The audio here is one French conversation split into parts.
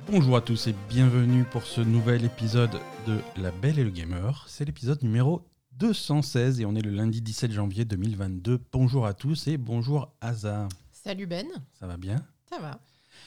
Bonjour à tous et bienvenue pour ce nouvel épisode de La Belle et le Gamer. C'est l'épisode numéro 216 et on est le lundi 17 janvier 2022. Bonjour à tous et bonjour Asa. Salut Ben. Ça va bien ? Ça va.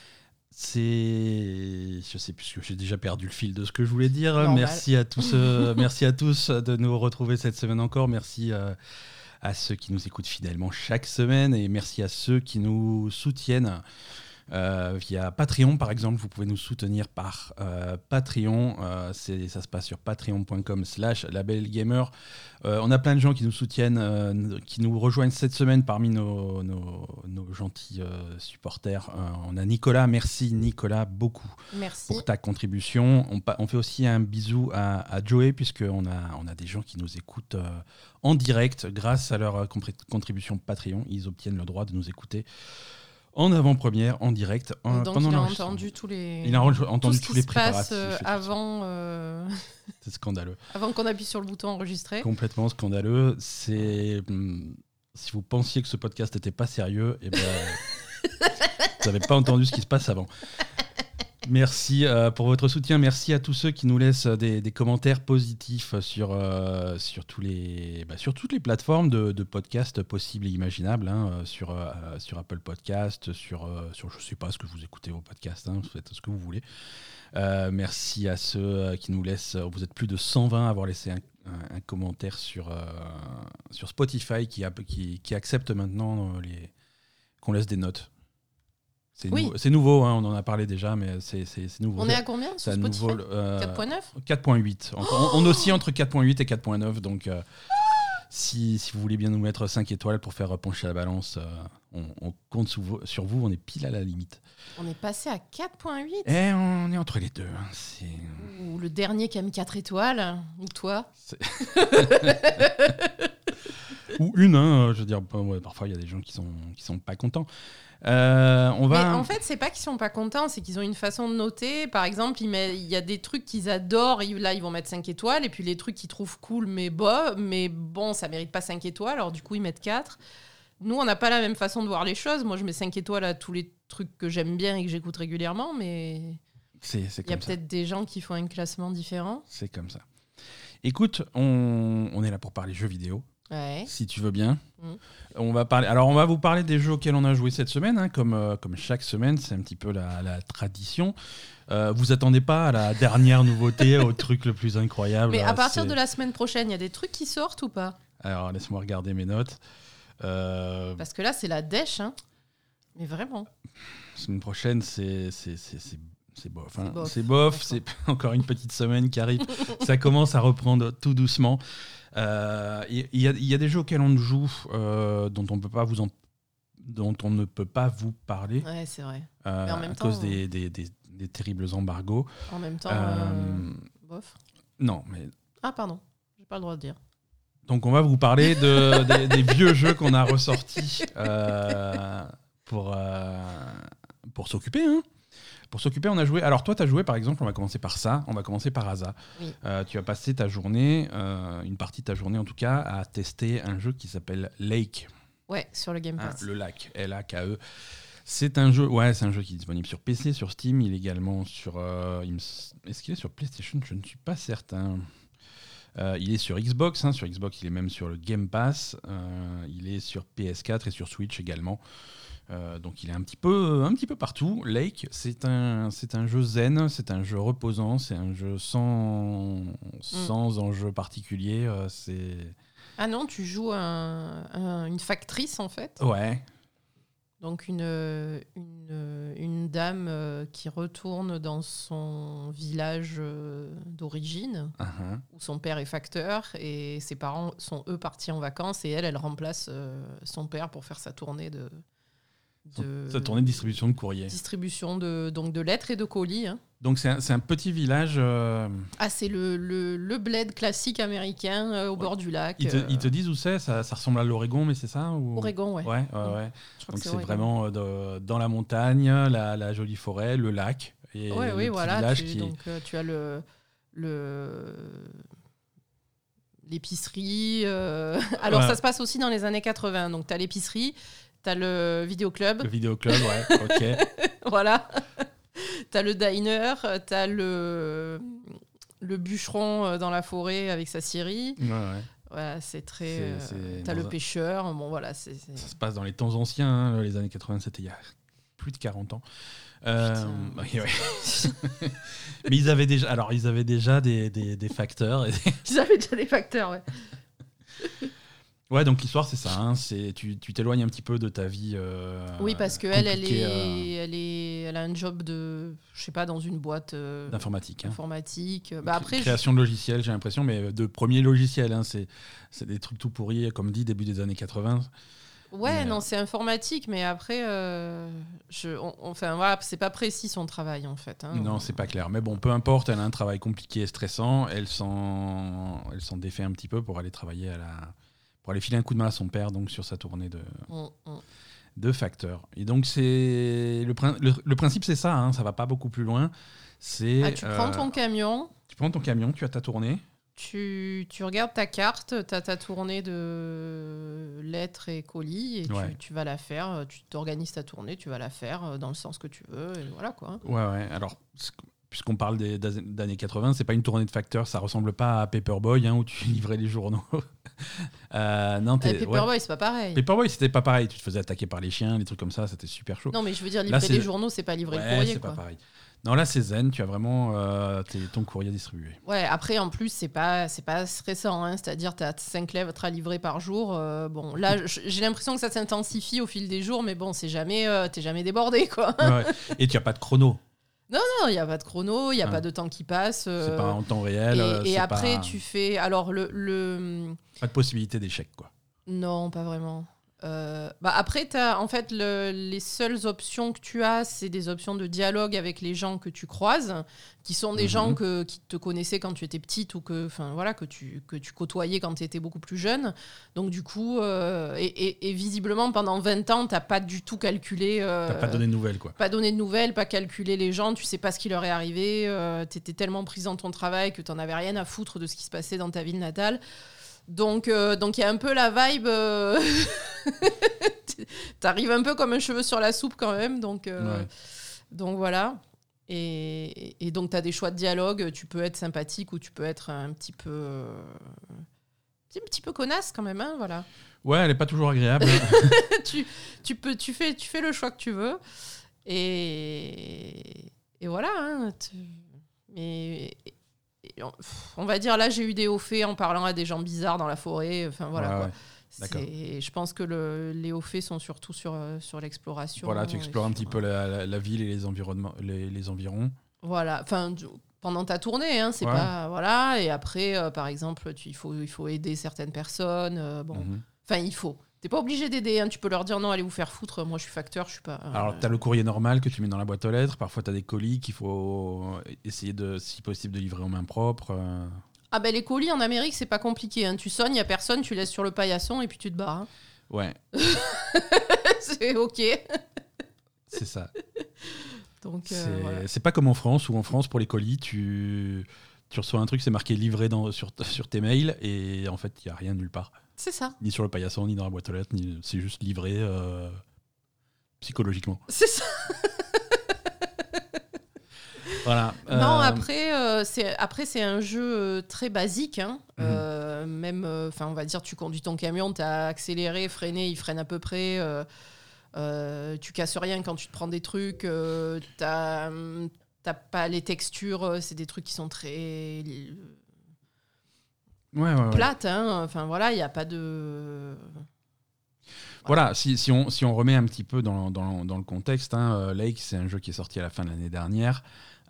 Je sais plus, j'ai déjà perdu le fil de ce que je voulais dire. Normal. Merci à tous de nous retrouver cette semaine encore. Merci à ceux qui nous écoutent fidèlement chaque semaine et merci à ceux qui nous soutiennent. Via Patreon par exemple, vous pouvez nous soutenir par Patreon, ça se passe sur patreon.com/labelgamer. On a plein de gens qui nous soutiennent, qui nous rejoignent cette semaine parmi nos gentils supporters. On a Nicolas, merci Nicolas beaucoup. Merci. Pour ta contribution. On fait aussi un bisou à Joey puisqu'on a des gens qui nous écoutent en direct grâce à leur contribution Patreon. Ils obtiennent le droit de nous écouter en avant-première, en direct. Donc pendant il a entendu tous les préparatifs. avant, C'est scandaleux. avant qu'on appuie sur le bouton enregistrer. Complètement scandaleux. Si vous pensiez que ce podcast n'était pas sérieux, eh ben, vous n'avez pas entendu ce qui se passe avant. Merci pour votre soutien. Merci à tous ceux qui nous laissent des commentaires positifs sur toutes les plateformes de podcasts possibles et imaginables. Sur Apple Podcast, sur je ne sais pas ce que vous écoutez vos podcasts, vous faites ce que vous voulez. Merci à ceux qui nous laissent. Vous êtes plus de 120 à avoir laissé un commentaire sur Spotify qui accepte maintenant qu'on laisse des notes. C'est nouveau, on en a parlé déjà, mais c'est nouveau. On est à combien sur Spotify ? 4.9 4.8. On oscille entre 4.8 et 4.9, donc si vous voulez bien nous mettre 5 étoiles pour faire pencher la balance, on compte sur vous, on est pile à la limite. On est passé à 4.8 ? Et on est entre les deux. Ou le dernier qui a mis 4 étoiles, ou toi ? Ou une, je veux dire, parfois il y a des gens qui sont pas contents. Mais en fait, c'est pas qu'ils sont pas contents, c'est qu'ils ont une façon de noter. Par exemple, il y a des trucs qu'ils adorent, là ils vont mettre 5 étoiles, et puis les trucs qu'ils trouvent cool, mais bon, ça mérite pas 5 étoiles, alors du coup ils mettent 4. Nous, on n'a pas la même façon de voir les choses. Moi, je mets 5 étoiles à tous les trucs que j'aime bien et que j'écoute régulièrement, mais il y a peut-être des gens qui font un classement différent. C'est comme ça. Écoute, on est là pour parler jeux vidéo. Ouais. Si tu veux bien. On va vous parler des jeux auxquels on a joué cette semaine, comme chaque semaine, c'est un petit peu la tradition. Vous attendez pas à la dernière nouveauté, au truc le plus incroyable. Mais à partir de la semaine prochaine, il y a des trucs qui sortent ou pas ? Alors, laisse-moi regarder mes notes. Parce que là, c'est la dèche, hein. Mais vraiment. La semaine prochaine, c'est bof. C'est bof. C'est encore une petite semaine qui arrive. Ça commence à reprendre tout doucement. Il y a des jeux auxquels on joue dont on ne peut pas vous parler. Ouais, c'est vrai. Mais en même temps, cause des terribles embargos. En même temps, bof. Non, mais. Ah, pardon. J'ai pas le droit de dire. Donc, on va vous parler des vieux jeux qu'on a ressortis pour s'occuper. Pour s'occuper, on a joué. Alors, toi, tu as joué, par exemple, on va commencer par ça. On va commencer par Asa. Oui. Tu as passé ta journée, une partie de ta journée en tout cas, à tester un jeu qui s'appelle Lake. Ouais, sur le Game Pass. Le Lac, L-A-K-E. C'est un jeu qui est disponible sur PC, sur Steam. Il est également sur. Est-ce qu'il est sur PlayStation ? Je ne suis pas certain. Il est sur Xbox. Sur Xbox, il est même sur le Game Pass. Il est sur PS4 et sur Switch également. Donc il est un petit peu partout. Lake, c'est un jeu zen, c'est un jeu reposant, c'est un jeu sans enjeu particulier. Ah non, tu joues une factrice en fait. Ouais. Donc une dame qui retourne dans son village d'origine, où son père est facteur et ses parents sont eux partis en vacances et elle remplace son père pour faire sa tournée sa tournée de distribution de courrier. Distribution de lettres et de colis. Donc c'est un petit village... Ah, c'est le bled classique américain au bord du lac. Ils te disent où c'est ? Ça ressemble à l'Oregon, mais c'est ça ou... Oregon, ouais. Ouais. Donc c'est vraiment dans la montagne, la jolie forêt, le lac. Et oui, voilà. Village tu as l'épicerie. Alors ça se passe aussi dans les années 80. Donc tu as l'épicerie, tu as le vidéoclub. Le vidéoclub, ouais, ok. Voilà. T'as le diner, t'as le bûcheron dans la forêt avec sa scierie. Ouais. Voilà, c'est très. T'as le pêcheur. Bon, voilà. Ça se passe dans les temps anciens, hein, les années 80, c'était il y a plus de 40 ans. Ouais. Mais ils avaient déjà des facteurs. Ils avaient déjà des facteurs, ouais. Ouais, donc l'histoire, c'est ça. Hein, tu t'éloignes un petit peu de ta vie. Oui, parce qu'elle, elle a un job de, je sais pas, dans une boîte d'informatique. Informatique. Création de logiciels, j'ai l'impression, mais de premiers logiciels. Hein, c'est des trucs tout pourris, comme dit, début des années 80. Ouais, non, c'est informatique, mais après, voilà, c'est pas précis son travail, en fait. Hein. Non, c'est pas clair. Mais bon, peu importe, elle a un travail compliqué et stressant. Elle s'en défait un petit peu pour aller travailler pour aller filer un coup de main à son père, donc sur sa tournée de Facteur. Et donc, c'est le principe, c'est ça, hein, ça va pas beaucoup plus loin. Tu prends ton camion. Tu prends ton camion, tu as ta tournée. Tu regardes ta carte, tu as ta tournée de lettres et colis, et tu vas la faire. Tu t'organises ta tournée, tu vas la faire dans le sens que tu veux, et voilà quoi. Ouais. Alors, puisqu'on parle d'années 80, c'est pas une tournée de Facteur, ça ressemble pas à Paperboy, hein, où tu livrais les journaux. Non, Paperboy, c'est pas pareil. Paperboy, c'était pas pareil. Tu te faisais attaquer par les chiens, les trucs comme ça, c'était super chaud. Non, mais je veux dire, livrer les journaux, c'est pas livrer le courrier. C'est quoi. Pas pareil. Non, là, c'est zen, tu as vraiment ton courrier distribué. Ouais, après, en plus, c'est pas stressant, hein, c'est-à-dire tu as 5 lettres à livrer par jour. Bon, là, j'ai l'impression que ça s'intensifie au fil des jours, mais bon, t'es jamais débordé, quoi. Ouais. Et tu n'as pas de chrono. Non, il n'y a pas de chrono, il n'y a pas de temps qui passe. C'est pas en temps réel. Et après, tu fais... Alors, pas de possibilité d'échec, quoi. Non, pas vraiment. Après, en fait, les seules options que tu as, c'est des options de dialogue avec les gens que tu croises, qui sont des gens qui te connaissaient quand tu étais petite ou que tu côtoyais quand tu étais beaucoup plus jeune. Donc, du coup, et visiblement, pendant 20 ans, tu n'as pas du tout calculé... tu n'as pas donné de nouvelles, quoi. Pas donné de nouvelles, pas calculé les gens, tu sais pas ce qui leur est arrivé, tu étais tellement prise dans ton travail que tu n'en avais rien à foutre de ce qui se passait dans ta ville natale. Donc il y a un peu la vibe. T'arrives un peu comme un cheveu sur la soupe quand même. Donc voilà. Et donc t'as des choix de dialogue. Tu peux être sympathique ou tu peux être un petit peu connasse quand même. Hein, voilà. Ouais, elle est pas toujours agréable. tu fais le choix que tu veux. Et voilà. Hein, mais on va dire, là, j'ai eu des hauts faits en parlant à des gens bizarres dans la forêt. Enfin, voilà, quoi. Ouais. Je pense que les hauts faits sont surtout sur l'exploration. Voilà, tu explores un petit peu la ville et les environnements, les environs. Voilà, enfin, pendant ta tournée, hein, c'est pas... Voilà, et après, par exemple, il faut aider certaines personnes. Enfin, il faut... T'es pas obligé d'aider, hein. Tu peux leur dire non, allez vous faire foutre, moi je suis facteur, je suis pas... Alors t'as le courrier normal que tu mets dans la boîte aux lettres, parfois t'as des colis qu'il faut essayer si possible de livrer en main propre. Ah ben les colis en Amérique c'est pas compliqué, hein. Tu sonnes, y a personne, tu laisses sur le paillasson et puis tu te barres. Hein. Ouais. C'est ok. C'est ça. Donc, c'est pas comme en France, où en France pour les colis tu reçois un truc, c'est marqué livré sur tes mails et en fait il y a rien nulle part. C'est ça. Ni sur le paillasson, ni dans la boîte aux lettres, c'est juste livré psychologiquement. C'est ça. Voilà. Non, après, c'est un jeu très basique. Hein. Même, on va dire, tu conduis ton camion, tu as accéléré, freiné, il freine à peu près. Tu casses rien quand tu te prends des trucs. T'as pas les textures, c'est des trucs qui sont très... plate, hein. Enfin voilà, il n'y a pas de... Voilà, si on remet un petit peu dans le contexte, hein, Lake, c'est un jeu qui est sorti à la fin de l'année dernière,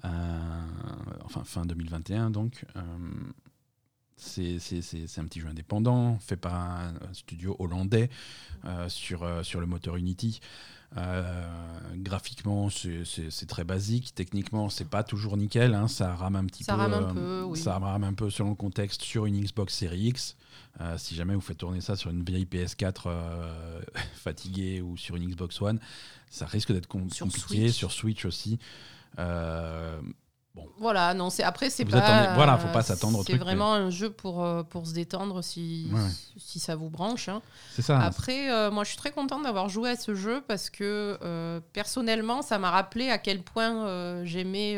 fin 2021 donc. C'est un petit jeu indépendant, fait par un studio hollandais sur le moteur Unity. Graphiquement, c'est très basique. Techniquement, c'est pas toujours nickel. Hein. Ça rame un petit peu. Oui. Ça rame un peu selon le contexte sur une Xbox Series X. Si jamais vous faites tourner ça sur une vieille PS4 fatiguée ou sur une Xbox One, ça risque d'être compliqué. Sur Switch aussi. Bon. Voilà, non, c'est faut pas s'attendre au truc. C'est vraiment un jeu pour se détendre si ça vous branche. Hein. C'est ça. Après, moi, je suis très contente d'avoir joué à ce jeu parce que personnellement, ça m'a rappelé à quel point j'aimais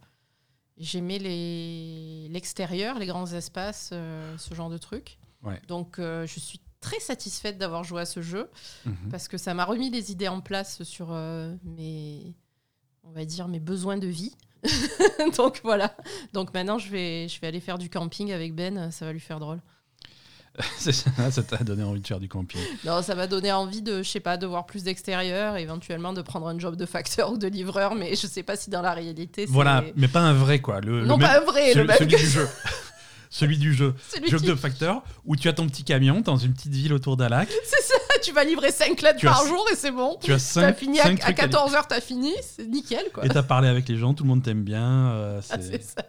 l'extérieur, les grands espaces, ce genre de trucs. Ouais. Donc, je suis très satisfaite d'avoir joué à ce jeu parce que ça m'a remis des idées en place sur mes besoins de vie. Donc voilà. Donc maintenant, je vais aller faire du camping avec Ben. Ça va lui faire drôle. C'est ça t'a donné envie de faire du camping? Non, ça m'a donné envie de voir plus d'extérieur, éventuellement de prendre un job de facteur ou de livreur, mais je sais pas si dans la réalité. Voilà, mais pas un vrai quoi. Pas un vrai, celui du jeu. Celui du jeu. Job de facteur où tu as ton petit camion dans une petite ville autour d'un lac. C'est ça, tu vas livrer 5 lettres par jour et c'est bon. Tu as 5 fini à 14h, t'as fini, c'est nickel quoi. Et t'as parlé avec les gens, tout le monde t'aime bien. C'est ça.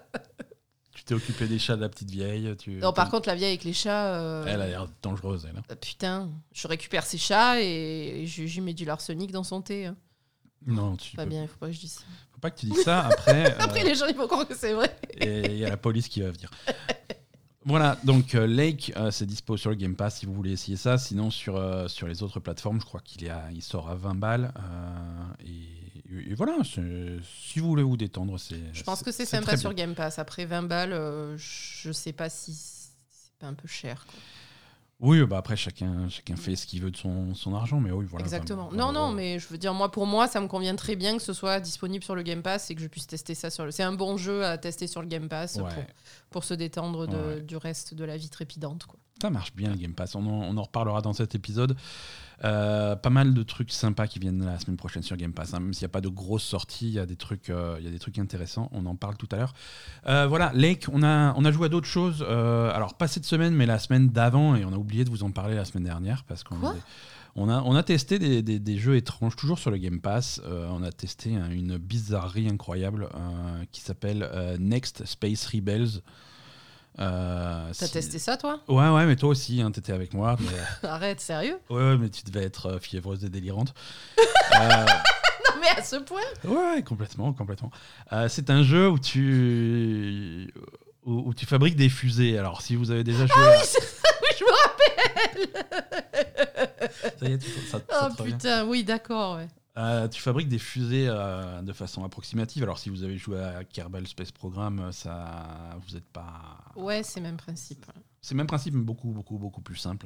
Tu t'es occupé des chats de la petite vieille. Non, par contre, la vieille avec les chats. Elle a l'air dangereuse, elle. Putain, je récupère ses chats et je mets du l'arsenic dans son thé. Hein. Non, bien, il faut pas que je dise ça. Faut pas que tu dises ça. Après, après les gens, ils vont croire que c'est vrai. Et il y a la police qui va venir. Voilà, donc Lake, c'est dispo sur le Game Pass si vous voulez essayer ça. Sinon, sur les autres plateformes, je crois qu'il sort à 20 balles. Et voilà, si vous voulez vous détendre, je pense que c'est sympa sur Game Pass. Après 20 balles, je sais pas si c'est pas un peu cher, quoi. Oui, après chacun fait ce qu'il veut de son argent, mais oui, voilà. Exactement. Non, mais je veux dire, pour moi, ça me convient très bien que ce soit disponible sur le Game Pass et que je puisse tester ça c'est un bon jeu à tester sur le Game Pass pour se détendre du reste de la vie trépidante, quoi. Ça marche bien le Game Pass. On en reparlera dans cet épisode. Pas mal de trucs sympas qui viennent la semaine prochaine sur Game Pass. Hein. Même s'il n'y a pas de grosses sorties, il y a des trucs intéressants. On en parle tout à l'heure. Voilà, Lake, on a joué à d'autres choses. Alors, pas cette semaine, mais la semaine d'avant. Et on a oublié de vous en parler la semaine dernière. Parce qu'on a testé des jeux étranges, toujours sur le Game Pass. On a testé une bizarrerie incroyable qui s'appelle Next Space Rebels. T'as testé ça, toi? Ouais, mais toi aussi, hein, t'étais avec moi. Mais... Arrête, sérieux? Ouais, mais tu devais être fiévreuse et délirante. Non, mais à ce point? Ouais, complètement. C'est un jeu où tu fabriques des fusées. Alors, si vous avez déjà joué... Ah oui, c'est ça, oui, je me rappelle. Ça y est, ça oh putain, oui, d'accord, ouais. Tu fabriques des fusées de façon approximative. Alors, si vous avez joué à Kerbal Space Program, vous n'êtes pas... Ouais, c'est le même principe. C'est le même principe, mais beaucoup, beaucoup, beaucoup plus simple.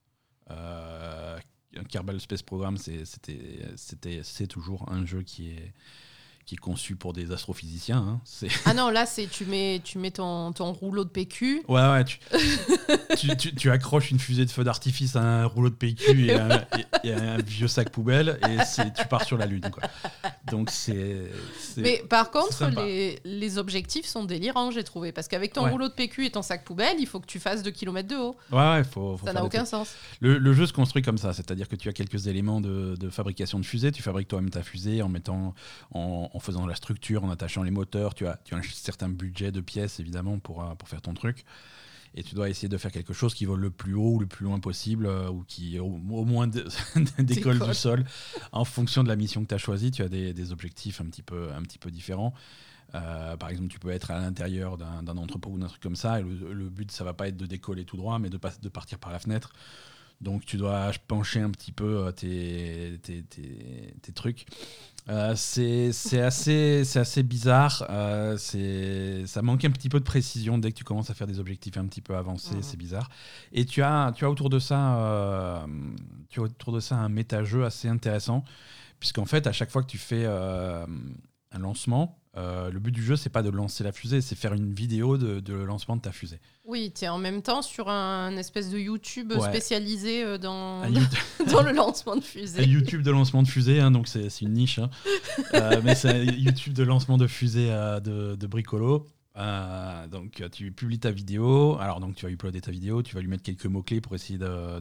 Kerbal Space Program, c'est toujours un jeu qui est conçu pour des astrophysiciens. Hein. Ah non, là, tu mets ton rouleau de PQ. Ouais, tu accroches une fusée de feu d'artifice à un rouleau de PQ et un vieux sac poubelle et tu pars sur la Lune, quoi. Donc Mais par contre, les objectifs sont délirants, j'ai trouvé. Parce qu'avec ton rouleau de PQ et ton sac poubelle, il faut que tu fasses 2 km de haut. Ouais, faut ça n'a aucun sens. Le jeu se construit comme ça, c'est-à-dire que tu as quelques éléments de fabrication de fusée, tu fabriques toi-même ta fusée en faisant la structure, en attachant les moteurs, tu as un certain budget de pièces évidemment pour faire ton truc. Et tu dois essayer de faire quelque chose qui vole le plus haut ou le plus loin possible ou qui au moins décolle du sol. En fonction de la mission que tu as choisie, tu as des objectifs un petit peu différents. Par exemple, tu peux être à l'intérieur d'un entrepôt ou d'un truc comme ça. Et le but, ça va pas être de décoller tout droit, mais de partir par la fenêtre. Donc tu dois pencher un petit peu tes trucs. C'est assez bizarre. Ça manque un petit peu de précision dès que tu commences à faire des objectifs un petit peu avancés. C'est bizarre. Et tu as autour de ça un méta-jeu assez intéressant, puisqu'en fait, à chaque fois que tu fais un lancement, le but du jeu, c'est pas de lancer la fusée, c'est faire une vidéo de lancement de ta fusée. Oui, tu es en même temps sur un espèce de YouTube spécialisé dans le lancement de fusée. Un YouTube de lancement de fusée, hein, donc c'est une niche. Hein. Mais c'est un YouTube de lancement de fusée de bricolo. Donc tu publies ta vidéo, alors donc tu vas uploader ta vidéo, tu vas lui mettre quelques mots-clés pour essayer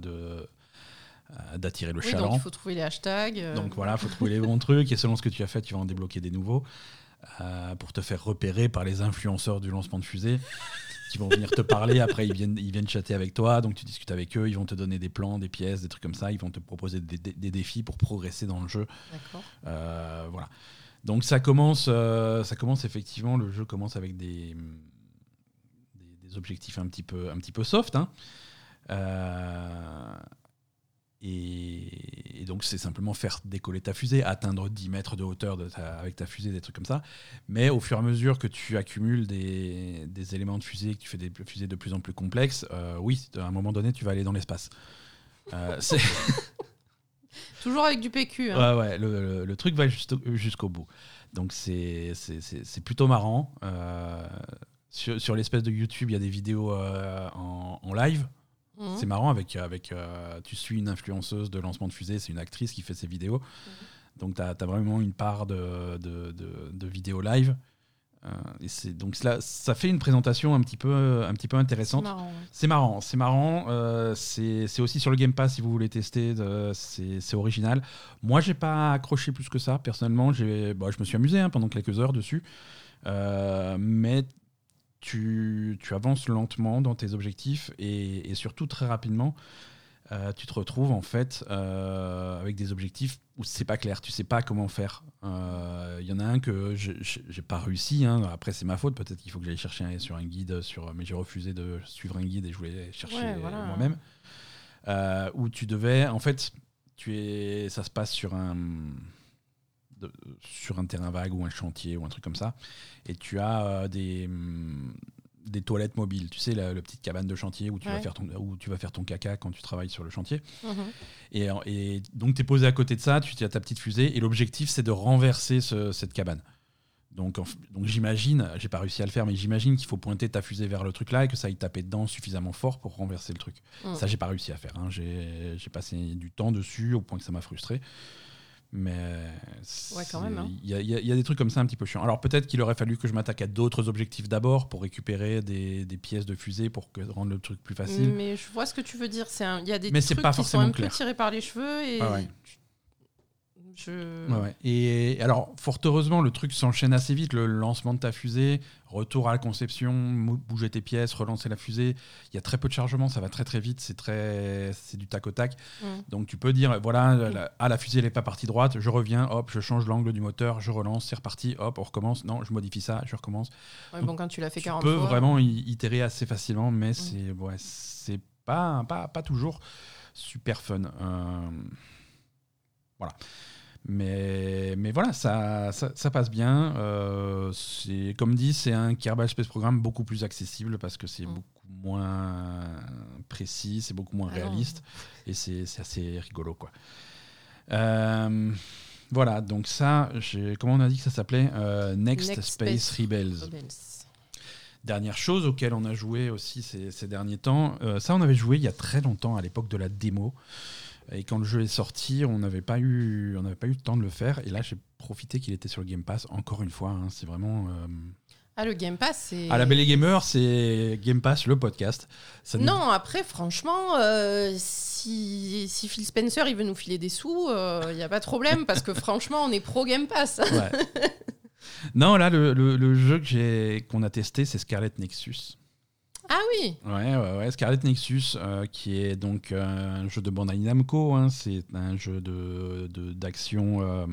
d'attirer le chaland. Donc il faut trouver les hashtags. Donc voilà, il faut trouver les bons trucs, et selon ce que tu as fait, tu vas en débloquer des nouveaux pour te faire repérer par les influenceurs du lancement de fusée qui vont venir te parler. Après, ils viennent chatter avec toi, donc tu discutes avec eux, ils vont te donner des plans, des pièces, des trucs comme ça, ils vont te proposer des défis pour progresser dans le jeu. D'accord. Voilà. Donc ça commence effectivement, le jeu commence avec des objectifs un petit peu soft, hein. Et donc c'est simplement faire décoller ta fusée, atteindre 10 mètres de hauteur avec ta fusée, des trucs comme ça. Mais au fur et à mesure que tu accumules des éléments de fusée, que tu fais des fusées de plus en plus complexes, oui, à un moment donné, tu vas aller dans l'espace. C'est... Toujours avec du PQ. Hein. Ouais, le truc va jusqu'au bout. Donc c'est plutôt marrant. Sur l'espèce de YouTube, il y a des vidéos en live. C'est marrant, tu suis une influenceuse de lancement de fusée, c'est une actrice qui fait ses vidéos. Donc tu as vraiment une part de vidéos live. Donc ça fait une présentation un petit peu intéressante. C'est marrant. C'est aussi sur le Game Pass si vous voulez tester. C'est original. Moi, j'ai pas accroché plus que ça. Personnellement, je me suis amusé pendant quelques heures dessus. Mais tu avances lentement dans tes objectifs et surtout très rapidement, tu te retrouves en fait avec des objectifs où c'est pas clair, tu sais pas comment faire. Il y en a un que j'ai pas réussi, hein. Après c'est ma faute, peut-être qu'il faut que j'aille chercher sur un guide, mais j'ai refusé de suivre un guide et je voulais chercher moi-même. Où tu devais, en fait, ça se passe sur un terrain vague ou un chantier ou un truc comme ça, et tu as des toilettes mobiles, tu sais, la petite cabane de chantier où tu vas faire ton caca quand tu travailles sur le chantier. Et donc tu es posé à côté de ça, tu as ta petite fusée et l'objectif c'est de renverser cette cabane. Donc j'imagine, j'ai pas réussi à le faire, mais j'imagine qu'il faut pointer ta fusée vers le truc là et que ça aille taper dedans suffisamment fort pour renverser le truc. Ça j'ai pas réussi à faire, hein. J'ai passé du temps dessus au point que ça m'a frustré. Mais quand même. Il y a des trucs comme ça un petit peu chiants. Alors peut-être qu'il aurait fallu que je m'attaque à d'autres objectifs d'abord pour récupérer des pièces de fusée pour rendre le truc plus facile. Mais je vois ce que tu veux dire. Il y a des trucs qui sont un peu tirés par les cheveux. Et Et alors, fort heureusement, le truc s'enchaîne assez vite. Le lancement de ta fusée, retour à la conception, bouger tes pièces, relancer la fusée. Il y a très peu de chargement, ça va très très vite. C'est du tac au tac. Donc tu peux dire, voilà, la fusée n'est pas partie droite, je reviens, hop, je change l'angle du moteur, je relance, c'est reparti, hop, on recommence. Non, je modifie ça, je recommence. Bon, quand tu l'as fait 40 fois... Tu peux vraiment itérer assez facilement, mais c'est pas toujours super fun. Voilà. Mais voilà, ça passe bien. C'est, comme dit, c'est un Kerbal Space Program beaucoup plus accessible parce que c'est beaucoup moins précis, c'est beaucoup moins réaliste et c'est assez rigolo, quoi. Voilà, donc ça, comment on a dit que ça s'appelait Next Space Rebels. Dernière chose auquel on a joué aussi ces derniers temps, ça on avait joué il y a très longtemps, à l'époque de la démo. Et quand le jeu est sorti, on n'avait pas eu le temps de le faire. Et là, j'ai profité qu'il était sur le Game Pass. Encore une fois, hein, c'est vraiment... le Game Pass, c'est... La Belle et Gamer, c'est Game Pass, le podcast. Après, franchement, si Phil Spencer il veut nous filer des sous, il n'y a pas de problème, parce que franchement, on est pro Game Pass. Ouais. Non, là, le jeu qu'on a testé, c'est Scarlet Nexus. Ah oui. Ouais, Scarlet Nexus, qui est donc un jeu de Bandai Namco, hein, c'est un jeu d'action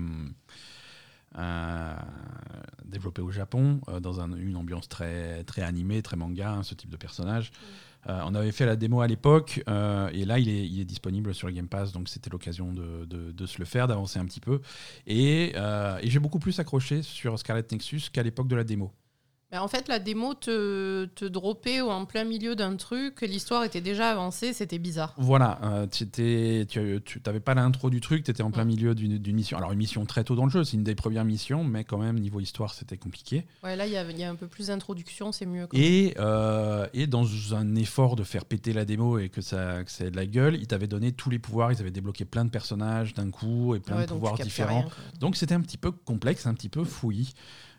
développé au Japon, dans une ambiance très, très animée, très manga, hein, ce type de personnage. On avait fait la démo à l'époque, et là il est disponible sur le Game Pass, donc c'était l'occasion de se le faire, d'avancer un petit peu. Et j'ai beaucoup plus accroché sur Scarlet Nexus qu'à l'époque de la démo. En fait, la démo te droppait en plein milieu d'un truc, l'histoire était déjà avancée, c'était bizarre. Voilà, tu n'avais pas l'intro du truc, tu étais en plein milieu d'une mission. Alors, une mission très tôt dans le jeu, c'est une des premières missions, mais quand même, niveau histoire, c'était compliqué. Ouais, là, il y a un peu plus d'introduction, c'est mieux. Et dans un effort de faire péter la démo et que ça ait de la gueule, ils t'avaient donné tous les pouvoirs, ils avaient débloqué plein de personnages d'un coup et plein de pouvoirs différents. Donc, c'était un petit peu complexe, un petit peu fouillis.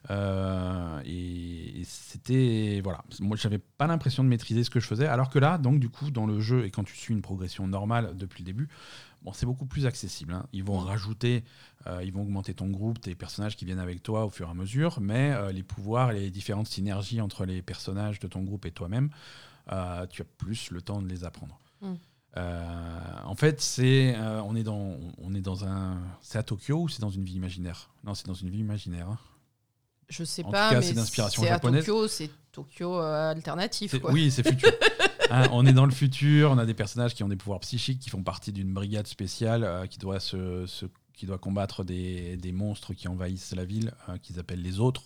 Et c'était, voilà, moi j'avais pas l'impression de maîtriser ce que je faisais, alors que là, donc du coup, dans le jeu, et quand tu suis une progression normale depuis le début, c'est beaucoup plus accessible, hein. Ils vont rajouter, ils vont augmenter ton groupe, tes personnages qui viennent avec toi au fur et à mesure, mais les pouvoirs et les différentes synergies entre les personnages de ton groupe et toi-même, tu as plus le temps de les apprendre. En En fait, on est dans un. C'est à Tokyo ou c'est dans une ville imaginaire ? Non, c'est dans une ville imaginaire. Hein. Je sais en pas, tout cas, mais c'est d'inspiration c'est japonaise. À Tokyo, c'est Tokyo alternatif. Quoi. Oui, c'est futur. Hein, on est dans le futur. On a des personnages qui ont des pouvoirs psychiques, qui font partie d'une brigade spéciale qui doit qui doit combattre des monstres qui envahissent la ville, qu'ils appellent les autres.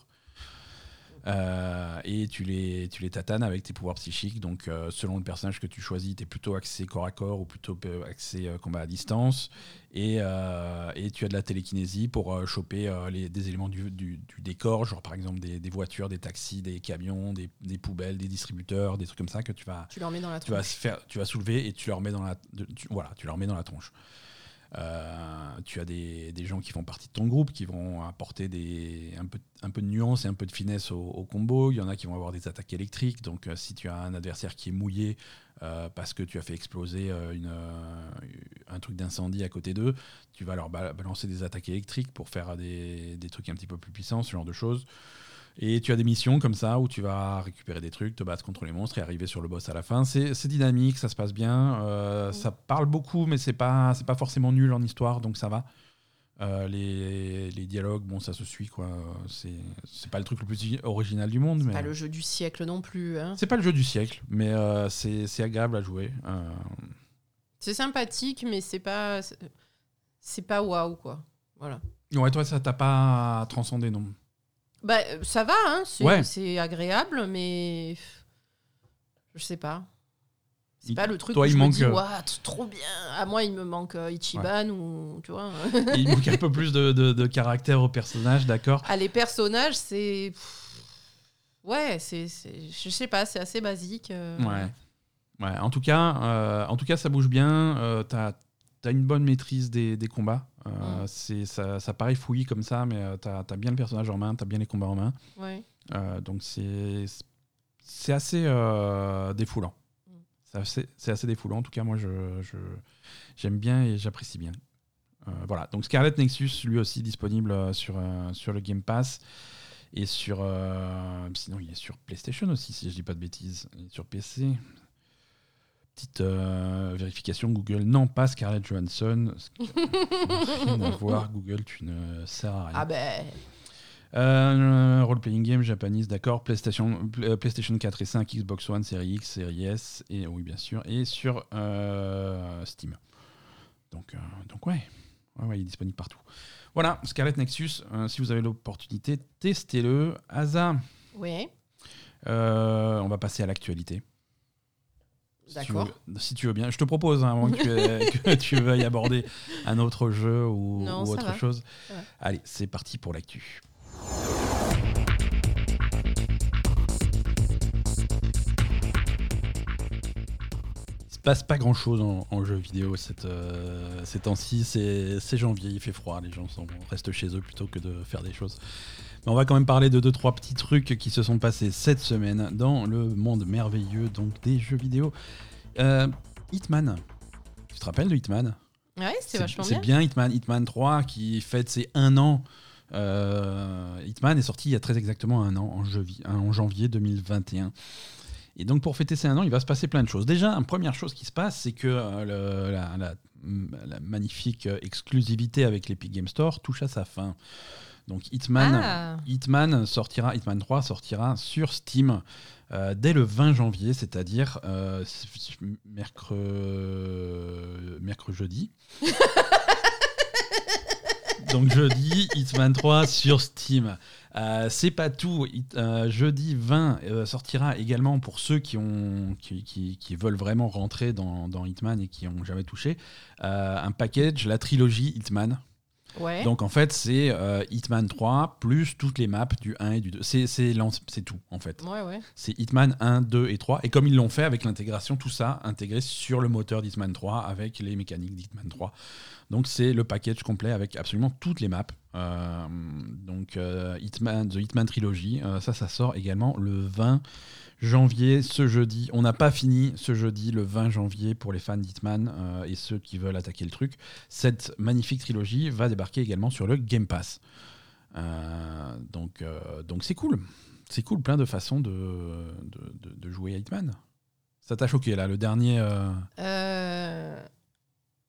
Et tu les tatanes avec tes pouvoirs psychiques. Donc, selon le personnage que tu choisis, tu es plutôt axé corps à corps ou plutôt axé combat à distance. Et tu as de la télékinésie pour choper des éléments du décor, genre par exemple des voitures, des taxis, des camions, des poubelles, des distributeurs, des trucs comme ça que tu leur mets dans la tronche. Tu vas soulever et tu leur mets dans la tronche. Tu as des gens qui font partie de ton groupe qui vont apporter un peu de nuance et un peu de finesse au combo. Il y en a qui vont avoir des attaques électriques. Donc, si tu as un adversaire qui est mouillé parce que tu as fait exploser un truc d'incendie à côté d'eux, tu vas leur balancer des attaques électriques pour faire des trucs un petit peu plus puissants, ce genre de choses. Et tu as des missions comme ça où tu vas récupérer des trucs, te battre contre les monstres et arriver sur le boss à la fin. C'est dynamique, ça se passe bien. Ça parle beaucoup, mais c'est pas forcément nul en histoire, donc ça va. Les dialogues, bon, ça se suit, quoi. C'est pas le truc le plus original du monde. C'est pas le jeu du siècle non plus. Hein. C'est pas le jeu du siècle, mais c'est agréable à jouer. C'est sympathique, mais c'est pas waouh, quoi. Voilà. Ouais, toi, ça t'a pas transcendé, non ? Bah, ça va, hein, c'est agréable, mais je sais pas. C'est pas le truc toi, où je me dis, c'est trop bien. À moi, il me manque Ichiban ou tu vois. Il manque un peu plus de caractère au personnage, d'accord. Les personnages, c'est je sais pas, c'est assez basique. Ouais. En tout cas, ça bouge bien. T'as une bonne maîtrise des combats. Ça paraît fouillis comme ça, mais t'as bien le personnage en main, t'as bien les combats en main. Ouais. Donc c'est assez défoulant. C'est assez défoulant. En tout cas, moi, j'aime bien et j'apprécie bien. Voilà. Donc Scarlet Nexus, lui aussi disponible sur le Game Pass. Et sinon, il est sur PlayStation aussi, si je dis pas de bêtises. Il est sur PC. Petite vérification Google. Non, pas Scarlett Johansson. Rien à voir, Google, tu ne sers à rien. Ah ben. Role-playing game japonese, d'accord. PlayStation 4 et 5, Xbox One, Series X, Series S, et oui, bien sûr, et sur Steam. Donc ouais, il est disponible partout. Voilà, Scarlet Nexus, si vous avez l'opportunité, testez-le. Asa, oui. On va passer à l'actualité. D'accord. Si tu veux bien. Je te propose, avant que tu veuilles aborder un autre jeu ou autre chose. Ouais. Allez, c'est parti pour l'actu. Il se passe pas grand-chose en jeu vidéo ces temps-ci. C'est janvier, il fait froid, les gens restent chez eux plutôt que de faire des choses. Mais on va quand même parler de 2-3 petits trucs qui se sont passés cette semaine dans le monde merveilleux donc des jeux vidéo. Hitman. Tu te rappelles de Hitman ? Ouais, c'est vachement bien. C'est bien Hitman 3 qui fête ses 1 an. Hitman est sorti il y a très exactement 1 an, en janvier 2021. Et donc pour fêter ces 1 an, il va se passer plein de choses. Déjà, une première chose qui se passe, c'est que la magnifique exclusivité avec l'Epic Game Store touche à sa fin. Donc Hitman 3 sortira sur Steam dès le 20 janvier, c'est-à-dire mercredi. Donc jeudi, Hitman 3 sur Steam. C'est pas tout. Jeudi 20 sortira également pour ceux qui veulent vraiment rentrer dans Hitman et qui n'ont jamais touché un package, la trilogie Hitman. Ouais. Donc en fait c'est Hitman 3 plus toutes les maps du 1 et du 2. C'est tout en fait. Ouais. C'est Hitman 1, 2 et 3. Et comme ils l'ont fait avec l'intégration, tout ça intégré sur le moteur d'Hitman 3 avec les mécaniques d'Hitman 3. Donc c'est le package complet avec absolument toutes les maps. The Hitman Trilogy, ça sort également le 20 janvier, ce jeudi. On n'a pas fini ce jeudi, le 20 janvier, pour les fans d'Hitman et ceux qui veulent attaquer le truc. Cette magnifique trilogie va débarquer également sur le Game Pass. Donc c'est cool. C'est cool, plein de façons de jouer à Hitman. Ça t'a choqué là, le dernier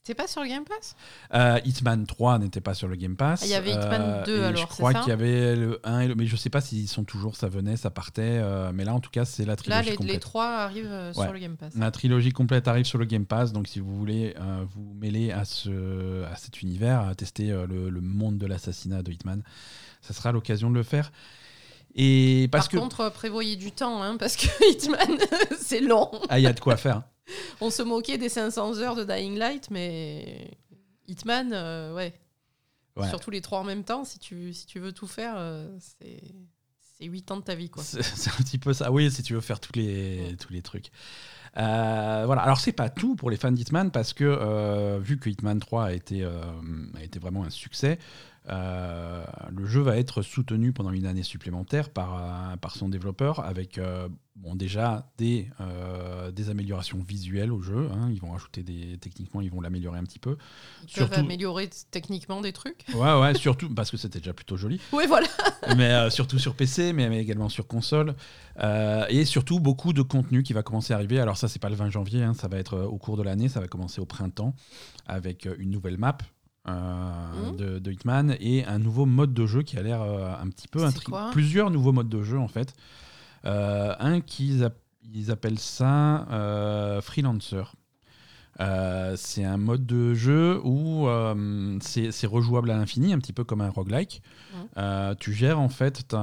C'était pas sur le Game Pass ? Hitman 3 n'était pas sur le Game Pass. Il y avait Hitman 2 alors, je crois qu'il y avait le 1 et le... Mais je sais pas s'ils sont toujours, ça venait, ça partait. Mais là, en tout cas, c'est la trilogie complète. Là, les 3 arrivent sur le Game Pass. La trilogie complète arrive sur le Game Pass. Donc, si vous voulez vous mêler à cet univers, à tester le monde de l'assassinat de Hitman, ça sera l'occasion de le faire. Et Par contre, prévoyez du temps, hein, parce que Hitman, c'est long. Ah, il y a de quoi faire. On se moquait des 500 heures de Dying Light, mais Hitman, ouais. Surtout les 3 en même temps, si tu veux tout faire, c'est 8 ans de ta vie, quoi. C'est un petit peu ça. Oui, si tu veux faire tous les trucs. Voilà. Alors, c'est pas tout pour les fans d'Hitman, parce que vu que Hitman 3 a été vraiment un succès, le jeu va être soutenu pendant une année supplémentaire par son développeur avec déjà des améliorations visuelles au jeu. Hein. Ils vont rajouter techniquement, ils vont l'améliorer un petit peu. Ils peuvent améliorer techniquement des trucs. Ouais, surtout parce que c'était déjà plutôt joli. Oui, voilà. Mais surtout sur PC, mais également sur console. Et surtout beaucoup de contenu qui va commencer à arriver. Alors ça, c'est pas le 20 janvier, hein, ça va être au cours de l'année, ça va commencer au printemps avec une nouvelle map. De Hitman et un nouveau mode de jeu qui a l'air un petit peu plusieurs nouveaux modes de jeu en fait. Un qu'ils appellent ça Freelancer. C'est un mode de jeu où c'est rejouable à l'infini, un petit peu comme un roguelike. Tu gères en fait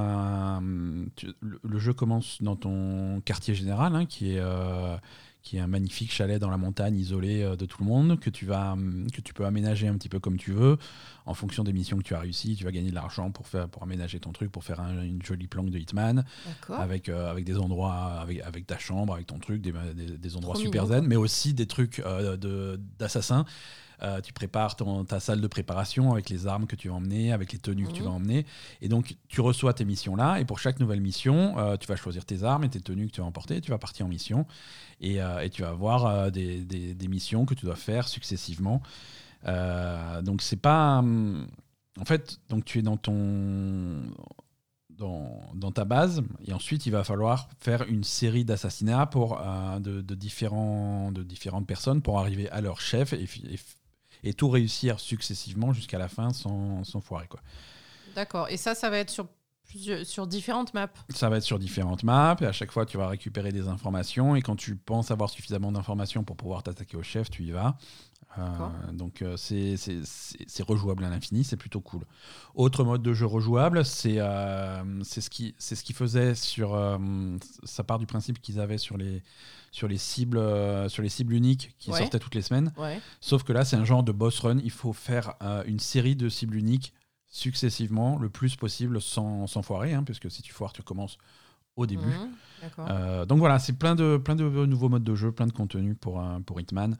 le jeu commence dans ton quartier général, hein, qui est un magnifique chalet dans la montagne isolé de tout le monde, que tu peux aménager un petit peu comme tu veux. En fonction des missions que tu as réussies, tu vas gagner de l'argent pour aménager ton truc, pour faire une jolie planque de Hitman, avec des endroits, avec ta chambre, avec ton truc, des endroits super zen, mais aussi des trucs d'assassin. Tu prépares ta salle de préparation avec les armes que tu vas emmener, avec les tenues que tu vas emmener. Et donc, tu reçois tes missions-là. Et pour chaque nouvelle mission, tu vas choisir tes armes et tes tenues que tu vas emporter. Et tu vas partir en mission. Et tu vas avoir des missions que tu dois faire successivement. Donc, c'est pas... En fait, donc, tu es dans ta base. Et ensuite, il va falloir faire une série d'assassinats de différentes personnes pour arriver à leur chef et tout réussir successivement jusqu'à la fin sans foirer, quoi. D'accord. Et ça va être sur différentes maps. Ça va être sur différentes maps et à chaque fois tu vas récupérer des informations et quand tu penses avoir suffisamment d'informations pour pouvoir t'attaquer au chef, tu y vas. Donc c'est rejouable à l'infini, c'est plutôt cool. Autre mode de jeu rejouable, c'est ce qui faisait ça part du principe qu'ils avaient sur les cibles uniques qui sortaient toutes les semaines. Sauf que là c'est un genre de boss run, il faut faire une série de cibles uniques successivement le plus possible sans foirer, hein, puisque si tu foires tu recommences au début. Donc voilà, c'est plein de nouveaux modes de jeu, plein de contenu pour Hitman.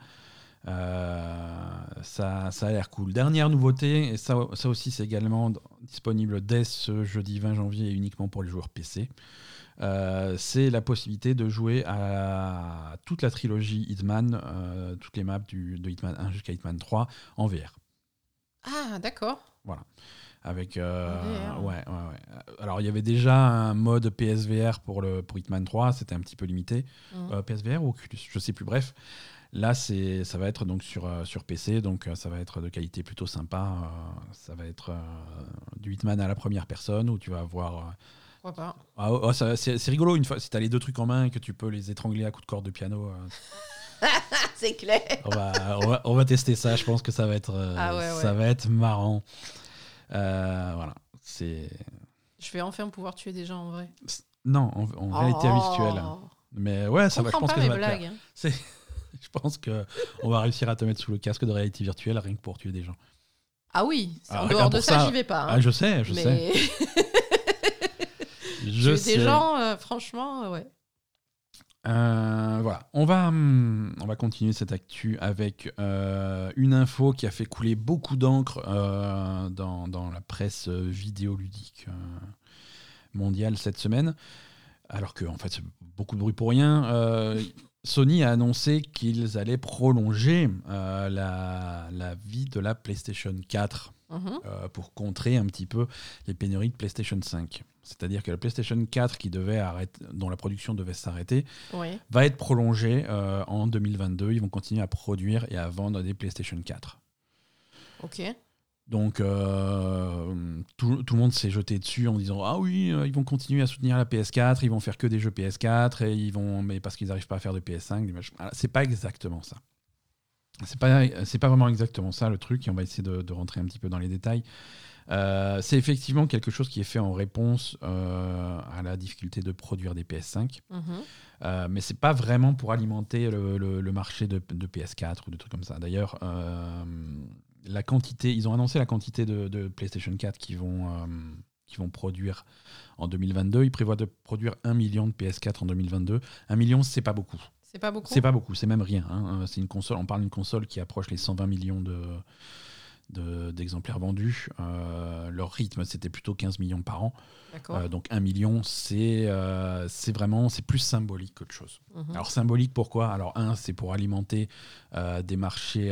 Ça a l'air cool. Dernière nouveauté, et ça aussi c'est également disponible dès ce jeudi 20 janvier et uniquement pour les joueurs PC, c'est la possibilité de jouer à toute la trilogie Hitman, toutes les maps de Hitman 1 jusqu'à Hitman 3 en VR. Ah, d'accord. Voilà. Avec ouais. Alors il y avait déjà un mode PSVR pour Hitman 3, c'était un petit peu limité. PSVR ou Oculus, je sais plus, bref. Là, ça va être donc sur PC, donc ça va être de qualité plutôt sympa. Ça va être du Hitman à la première personne où tu vas avoir. C'est rigolo une fois si tu as les deux trucs en main et que tu peux les étrangler à coups de corde de piano. C'est clair. On va tester ça. Je pense que ça va être ça va être marrant. Voilà. Je vais enfin pouvoir tuer des gens en vrai. Non, en réalité virtuelle. Mais ouais, ça va. Je pense que ça va blagues, hein. Je pense qu'on va réussir à te mettre sous le casque de réalité virtuelle rien que pour tuer des gens. Ah oui, en dehors de ça, j'y vais pas. Hein. Ah, je sais. Tuer des gens, franchement, ouais. Voilà, on va continuer cette actu avec une info qui a fait couler beaucoup d'encre dans la presse vidéoludique mondiale cette semaine, alors que en fait c'est beaucoup de bruit pour rien. Sony a annoncé qu'ils allaient prolonger la vie de la PlayStation 4. pour contrer un petit peu les pénuries de PlayStation 5. C'est-à-dire que la PlayStation 4, dont la production devait s'arrêter, va être prolongée en 2022. Ils vont continuer à produire et à vendre des PlayStation 4. Ok. Donc, tout le monde s'est jeté dessus en disant « Ah oui, ils vont continuer à soutenir la PS4, ils vont faire que des jeux PS4, mais parce qu'ils n'arrivent pas à faire de PS5. » C'est pas exactement ça. C'est pas vraiment exactement ça le truc, et on va essayer de rentrer un petit peu dans les détails. C'est effectivement quelque chose qui est fait en réponse à la difficulté de produire des PS5. Mais c'est pas vraiment pour alimenter le marché de PS4 ou de trucs comme ça. D'ailleurs, ils ont annoncé la quantité de PlayStation 4 qu'ils vont produire en 2022. Ils prévoient de produire 1 million de PS4 en 2022. 1 million, c'est pas beaucoup. C'est pas beaucoup ? C'est pas beaucoup, c'est même rien. Hein. C'est une console, on parle d'une console qui approche les 120 millions d'exemplaires vendus. Leur rythme, c'était plutôt 15 millions par an. Donc 1 million, c'est plus symbolique qu'autre chose. Alors symbolique, pourquoi ? Alors c'est pour alimenter des marchés...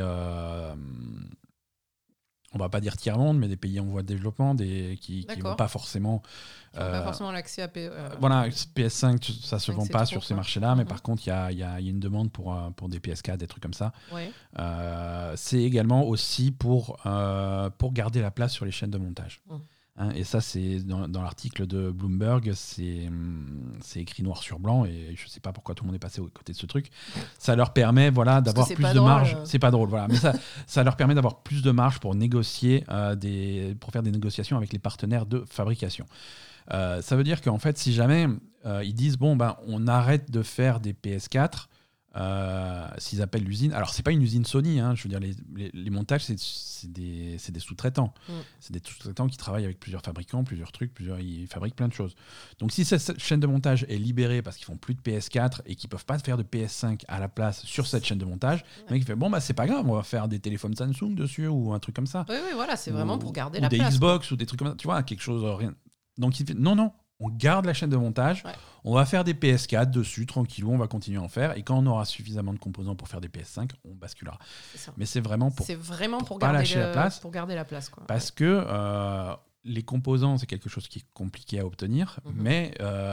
on va pas dire tiers-monde, mais des pays en voie de développement, qui n'ont pas forcément... pas forcément l'accès à voilà, PS5, ça se vend pas sur ces marchés-là, mais par contre, il y a une demande pour des PS4, des trucs comme ça. C'est également aussi pour garder la place sur les chaînes de montage. Hein, et ça, c'est dans l'article de Bloomberg, c'est écrit noir sur blanc, et je ne sais pas pourquoi tout le monde est passé aux côtés de ce truc. Ça leur permet d'avoir plus de marge. C'est pas drôle, voilà. Mais ça leur permet d'avoir plus de marge pour négocier, pour faire des négociations avec les partenaires de fabrication. Ça veut dire qu'en fait, si jamais ils disent on arrête de faire des PS4, s'ils appellent l'usine, alors c'est pas une usine Sony, hein, je veux dire les montages c'est des sous-traitants, c'est des sous-traitants qui travaillent avec plusieurs fabricants, plusieurs trucs, ils fabriquent plein de choses. Donc si cette chaîne de montage est libérée parce qu'ils font plus de PS4 et qu'ils peuvent pas faire de PS5 à la place sur cette chaîne de montage, le mec il fait c'est pas grave, on va faire des téléphones Samsung dessus ou un truc comme ça. Oui, voilà, c'est vraiment pour garder la place. Ou des Xbox ou des trucs comme ça, tu vois, quelque chose rien. Donc il fait non. On garde la chaîne de montage, on va faire des PS4 dessus, tranquillou, on va continuer à en faire, et quand on aura suffisamment de composants pour faire des PS5, on basculera. Mais c'est vraiment pour garder lâcher la place. Pour garder la place, quoi. Parce que les composants, c'est quelque chose qui est compliqué à obtenir, mais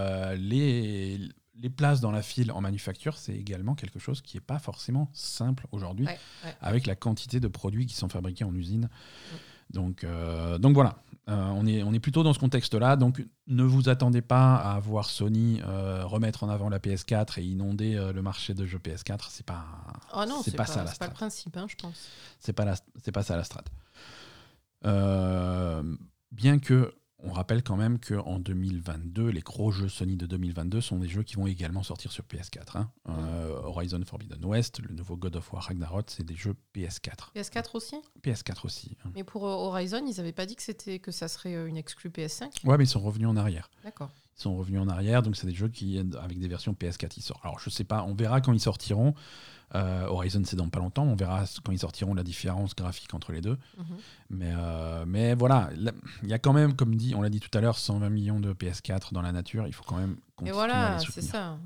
les places dans la file en manufacture, c'est également quelque chose qui n'est pas forcément simple aujourd'hui, avec la quantité de produits qui sont fabriqués en usine. Donc voilà, on est plutôt dans ce contexte-là. Donc ne vous attendez pas à voir Sony remettre en avant la PS4 et inonder le marché de jeux PS4. C'est pas. Oh non, c'est pas ça. C'est pas le principe, je pense. C'est pas ça la strat. Bien que on rappelle quand même qu'en 2022, les gros jeux Sony de 2022 sont des jeux qui vont également sortir sur PS4. Hein. Horizon Forbidden West, le nouveau God of War Ragnarok, c'est des jeux PS4. PS4 aussi ? PS4 aussi. Hein. Mais pour Horizon, ils n'avaient pas dit que ça serait une exclue PS5 ? Ouais, mais ils sont revenus en arrière. D'accord. Ils sont revenus en arrière, donc c'est des jeux qui, avec des versions PS4, ils sortent. Alors je sais pas, on verra quand ils sortiront. Horizon, c'est dans pas longtemps. On verra quand ils sortiront la différence graphique entre les deux. Mais voilà, il y a quand même, comme dit, on l'a dit tout à l'heure, 120 millions de PS4 dans la nature. Il faut quand même continuer à les soutenir. C'est ça.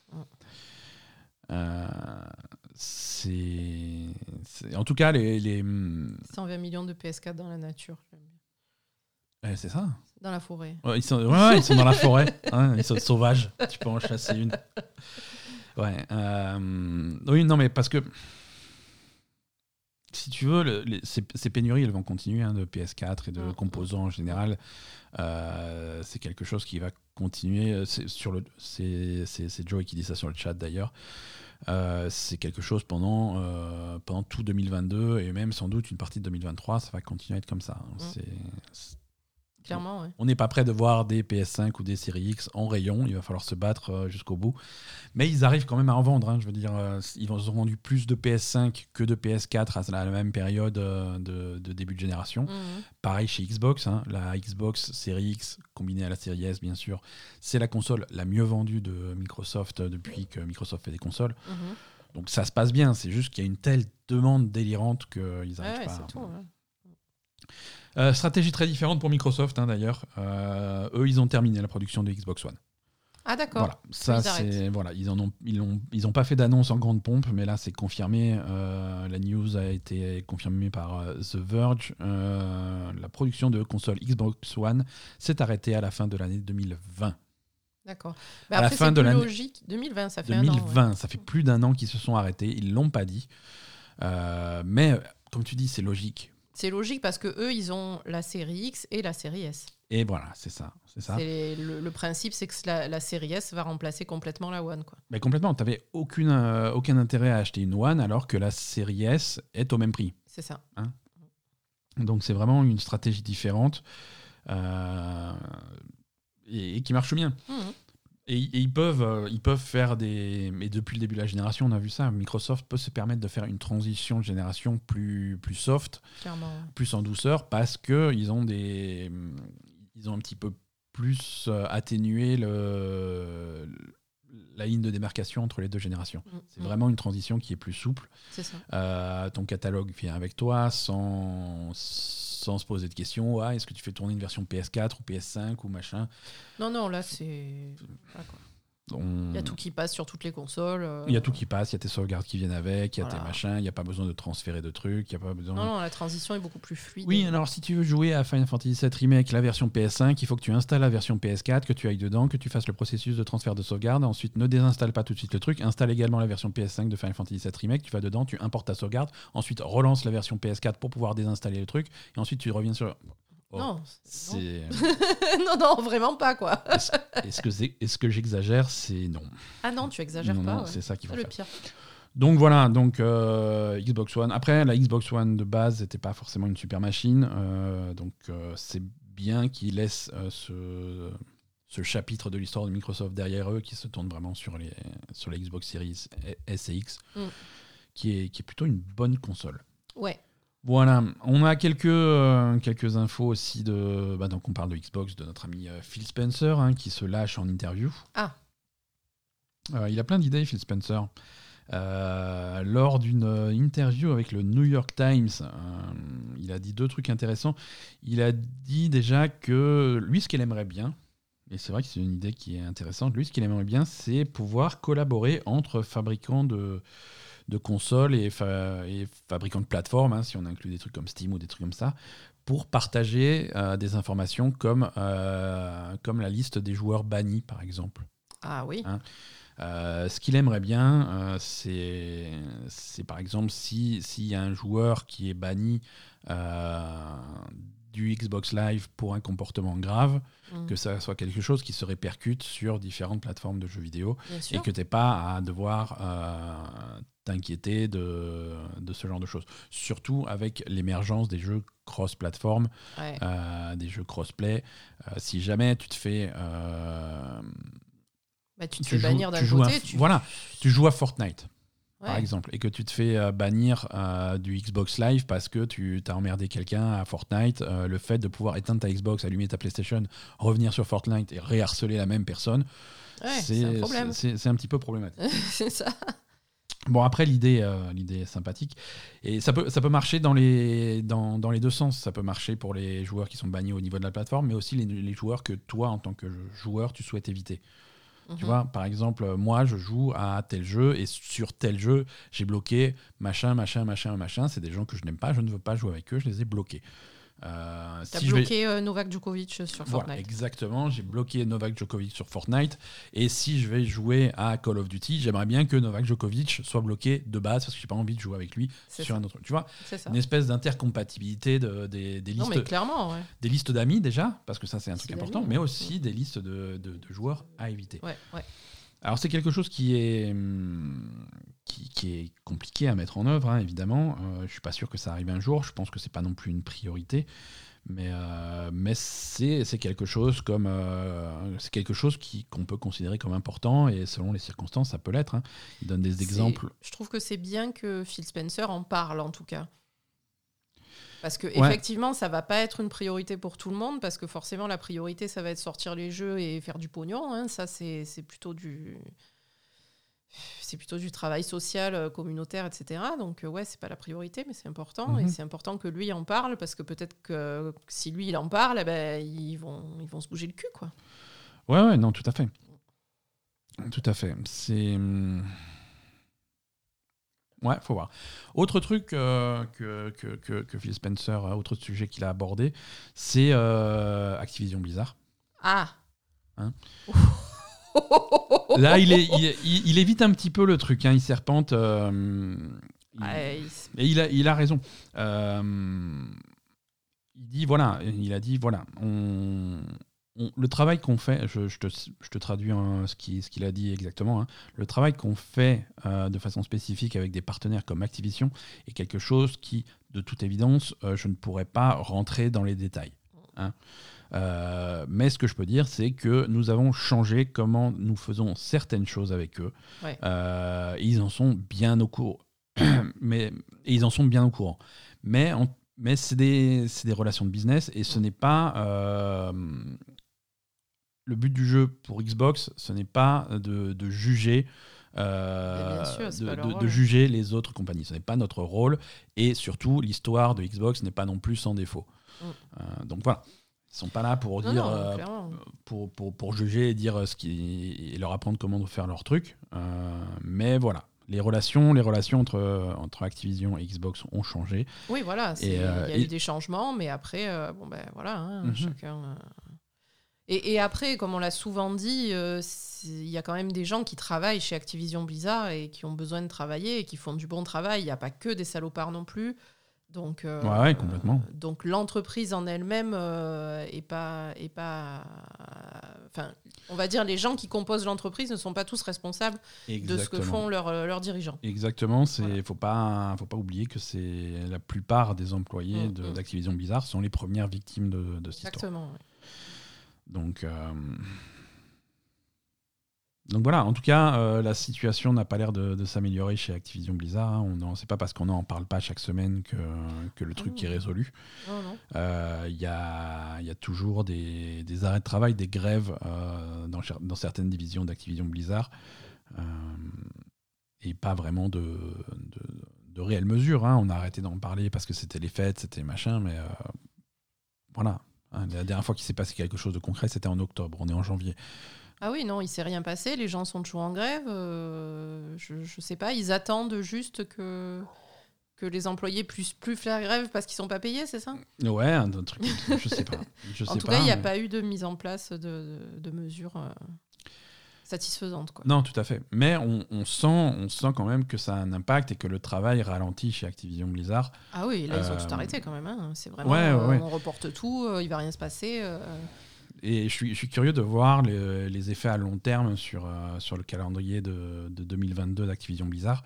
C'est... En tout cas, les 120 millions de PS4 dans la nature. C'est ça. Dans la forêt. Ils sont dans la forêt. Hein, ils sont sauvages. Tu peux en chasser une. Ouais. Oui, non, mais parce que si tu veux, ces pénuries, elles vont continuer de PS4 et de composants en général. C'est quelque chose qui va continuer. C'est Joey qui dit ça sur le chat d'ailleurs. C'est quelque chose pendant tout 2022 et même sans doute une partie de 2023, ça va continuer à être comme ça. Clairement, ouais. On n'est pas prêt de voir des PS5 ou des séries X en rayon, il va falloir se battre jusqu'au bout. Mais ils arrivent quand même à en vendre. Hein. Je veux dire, ils ont vendu plus de PS5 que de PS4 à la même période de début de génération. Pareil chez Xbox, hein. La Xbox Series X combinée à la Series S, bien sûr, c'est la console la mieux vendue de Microsoft depuis que Microsoft fait des consoles. Donc ça se passe bien, c'est juste qu'il y a une telle demande délirante qu'ils n'arrivent pas. C'est tout, ouais. Stratégie très différente pour Microsoft, hein, d'ailleurs. Eux, ils ont terminé la production de Xbox One. Ah d'accord. Voilà, ça c'est ils ont pas fait d'annonce en grande pompe, mais là c'est confirmé. La news a été confirmée par The Verge. La production de console Xbox One s'est arrêtée à la fin de l'année 2020. D'accord. Mais après c'est plus logique. 2020, ça fait 2020, un an. Ouais. Ça fait plus d'un an qu'ils se sont arrêtés. Ils l'ont pas dit, mais comme tu dis, c'est logique. C'est logique parce que eux, ils ont la série X et la série S. Et voilà, c'est ça. Le principe, c'est que la série S va remplacer complètement la One. Quoi. Mais complètement, tu n'avais aucun intérêt à acheter une One alors que la série S est au même prix. C'est ça. Hein, donc c'est vraiment une stratégie différente et qui marche bien. Mmh. Et ils peuvent faire des... Mais depuis le début de la génération, on a vu ça. Microsoft peut se permettre de faire une transition de génération plus soft, clairement, plus en douceur, parce qu'ils ont ils ont un petit peu plus atténué la ligne de démarcation entre les deux générations. C'est vraiment une transition qui est plus souple. C'est ça. Ton catalogue vient avec toi sans se poser de questions. Ah, est-ce que tu fais tourner une version PS4 ou PS5 ou machin ? Non, là c'est... Voilà, quoi. Il y a tout qui passe sur toutes les consoles. Il y a tout qui passe, il y a tes sauvegardes qui viennent avec, il y a tes machins, il n'y a pas besoin de transférer de trucs. Y a pas besoin... Non, la transition est beaucoup plus fluide. Oui, alors si tu veux jouer à Final Fantasy VII Remake, la version PS5, il faut que tu installes la version PS4, que tu ailles dedans, que tu fasses le processus de transfert de sauvegarde. Ensuite, ne désinstalle pas tout de suite le truc, installe également la version PS5 de Final Fantasy VII Remake, tu vas dedans, tu importes ta sauvegarde. Ensuite, relance la version PS4 pour pouvoir désinstaller le truc. Et ensuite, tu reviens sur... Oh, non, c'est... non, vraiment pas, quoi. Est-ce que j'exagère ? C'est non. Ah non, tu exagères pas. Non, ouais. c'est ça qu'il faut le faire. pire. Donc voilà, Xbox One. Après, la Xbox One de base n'était pas forcément une super machine. Donc c'est bien qu'ils laissent ce chapitre de l'histoire de Microsoft derrière eux, qui se tourne vraiment sur les Xbox Series S et X, qui est plutôt une bonne console. Ouais. Voilà, on a quelques infos aussi donc on parle de Xbox, de notre ami Phil Spencer, qui se lâche en interview. Ah. Il a plein d'idées, Phil Spencer. Lors d'une interview avec le New York Times, il a dit 2 trucs intéressants. Il a dit déjà que lui, ce qu'il aimerait bien, et c'est vrai que c'est une idée qui est intéressante, lui, ce qu'il aimerait bien, c'est pouvoir collaborer entre fabricants de consoles et fabricants de plateformes, si on inclut des trucs comme Steam ou des trucs comme ça, pour partager des informations comme la liste des joueurs bannis, par exemple. Ah oui. Ce qu'il aimerait bien, c'est par exemple s'il y a un joueur qui est banni du Xbox Live pour un comportement grave, que ça soit quelque chose qui se répercute sur différentes plateformes de jeux vidéo et que tu n'aies pas à devoir t'inquiéter de ce genre de choses. Surtout avec l'émergence des jeux cross-platform, des jeux cross-play. Si jamais tu te fais... tu te fais bannir d'un côté. Tu joues à Fortnite, par exemple, et que tu te fais bannir du Xbox Live parce que tu t'as emmerdé quelqu'un à Fortnite. Le fait de pouvoir éteindre ta Xbox, allumer ta PlayStation, revenir sur Fortnite et réharceler la même personne, c'est un problème. C'est un petit peu problématique. C'est ça. Bon, après, l'idée est sympathique. Et ça peut marcher dans les deux sens. Ça peut marcher pour les joueurs qui sont bannis au niveau de la plateforme, mais aussi les joueurs que toi, en tant que joueur, tu souhaites éviter. Tu vois, par exemple, moi, je joue à tel jeu et sur tel jeu, j'ai bloqué machin. C'est des gens que je n'aime pas, je ne veux pas jouer avec eux, je les ai bloqués. T'as bloqué Novak Djokovic sur Fortnite. Voilà, exactement, j'ai bloqué Novak Djokovic sur Fortnite. Et si je vais jouer à Call of Duty, j'aimerais bien que Novak Djokovic soit bloqué de base parce que j'ai pas envie de jouer avec lui sur un autre. Tu vois, une espèce d'intercompatibilité des listes. Non, mais clairement, des listes d'amis déjà, parce que ça c'est un truc important, mais aussi des listes de joueurs à éviter. Ouais. Alors c'est quelque chose qui est compliqué à mettre en œuvre, évidemment. Je suis pas sûr que ça arrive un jour. Je pense que c'est pas non plus une priorité, mais c'est quelque chose qu'on peut considérer comme important et selon les circonstances, ça peut l'être. Il donne des exemples. Je trouve que c'est bien que Phil Spencer en parle en tout cas. Parce que effectivement, ça va pas être une priorité pour tout le monde, parce que forcément, la priorité, ça va être sortir les jeux et faire du pognon. Ça, c'est plutôt du travail social, communautaire, etc. Donc c'est pas la priorité, mais c'est important. Et c'est important que lui en parle, parce que peut-être que si lui il en parle, ils vont se bouger le cul, quoi. Ouais, non, tout à fait. Tout à fait. C'est... Ouais, faut voir. Autre truc que Phil Spencer, autre sujet qu'il a abordé, c'est Activision Blizzard. Ah. Hein. Là, il évite un petit peu le truc. Il serpente. Et il a raison. Il a dit voilà, le travail qu'on fait, je te traduis ce qu'il a dit exactement, le travail qu'on fait de façon spécifique avec des partenaires comme Activision est quelque chose qui, de toute évidence, je ne pourrais pas rentrer dans les détails. Mais ce que je peux dire, c'est que nous avons changé comment nous faisons certaines choses avec eux. Ouais. Ils en sont bien au courant. Mais c'est des relations de business et ce n'est pas... le but du jeu pour Xbox, ce n'est pas de juger... de juger les autres compagnies. Ce n'est pas notre rôle. Et surtout, l'histoire de Xbox n'est pas non plus sans défaut. Donc voilà. Ils sont pas là pour pour juger et dire et leur apprendre comment faire leur truc. Mais voilà. Les relations entre Activision et Xbox ont changé. Oui, voilà. Il y a eu des changements, mais après, voilà. Chacun... Et après, comme on l'a souvent dit, il y a quand même des gens qui travaillent chez Activision Blizzard et qui ont besoin de travailler et qui font du bon travail. Il n'y a pas que des salopards non plus. Donc, ouais, complètement. Donc l'entreprise en elle-même est pas. Enfin, on va dire les gens qui composent l'entreprise ne sont pas tous responsables de ce que font leurs dirigeants. Exactement. Faut pas oublier que c'est la plupart des employés d'Activision Blizzard sont les premières victimes de cette histoire. Exactement. Ouais. Donc voilà, en tout cas, la situation n'a pas l'air de s'améliorer chez Activision Blizzard. C'est pas parce qu'on n'en parle pas chaque semaine que le truc est résolu. Il y a toujours des arrêts de travail, des grèves dans certaines divisions d'Activision Blizzard et pas vraiment de réelles mesures. On a arrêté d'en parler parce que c'était les fêtes, c'était machin, mais voilà. La dernière fois qu'il s'est passé quelque chose de concret, c'était en octobre. On est en janvier. Ah oui, non, il ne s'est rien passé. Les gens sont toujours en grève. Je ne sais pas. Ils attendent juste que les employés puissent plus faire grève parce qu'ils ne sont pas payés, c'est ça ? Ouais, un truc. Je ne sais pas. En tout cas, il n'y a pas eu de mise en place de mesures satisfaisantes, quoi. Non, tout à fait. Mais on sent quand même que ça a un impact et que le travail ralentit chez Activision Blizzard. Ah oui, là, ils ont tout arrêté quand même. C'est vraiment, on reporte tout, il ne va rien se passer. Et je suis curieux de voir les effets à long terme sur le calendrier de 2022 d'Activision Blizzard.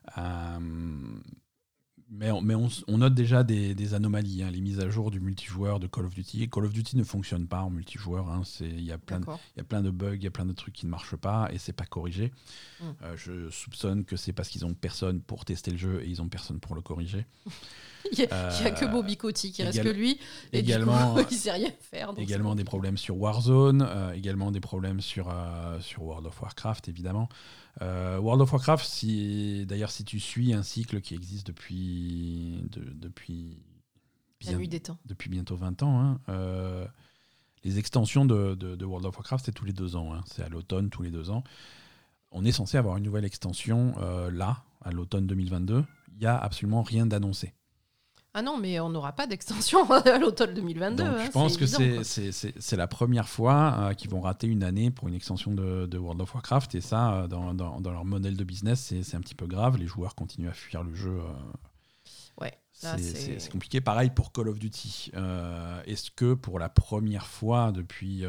Mais on note déjà des anomalies. Les mises à jour du multijoueur de Call of Duty. Call of Duty ne fonctionne pas en multijoueur. Il y a plein de bugs, il y a plein de trucs qui ne marchent pas et c'est pas corrigé. Je soupçonne que c'est parce qu'ils n'ont personne pour tester le jeu et ils n'ont personne pour le corriger. Il n'y a que Bobby Kotick, il reste que lui. Et également, du coup, il ne sait rien faire. Également des problèmes sur Warzone, également des problèmes sur World of Warcraft, évidemment. World of Warcraft, d'ailleurs, si tu suis un cycle qui existe depuis la nuit des temps. Depuis bientôt 20 ans, les extensions de World of Warcraft, c'est tous les 2 ans. C'est à l'automne, tous les 2 ans. On est censé avoir une nouvelle extension là, à l'automne 2022. Il n'y a absolument rien d'annoncé. Ah non, mais on n'aura pas d'extension à l'automne 2022. Donc, je pense que c'est la première fois qu'ils vont rater une année pour une extension de World of Warcraft. Et ça, dans leur modèle de business, c'est un petit peu grave. Les joueurs continuent à fuir le jeu. Ouais, c'est compliqué. Pareil pour Call of Duty. Est-ce que pour la première fois depuis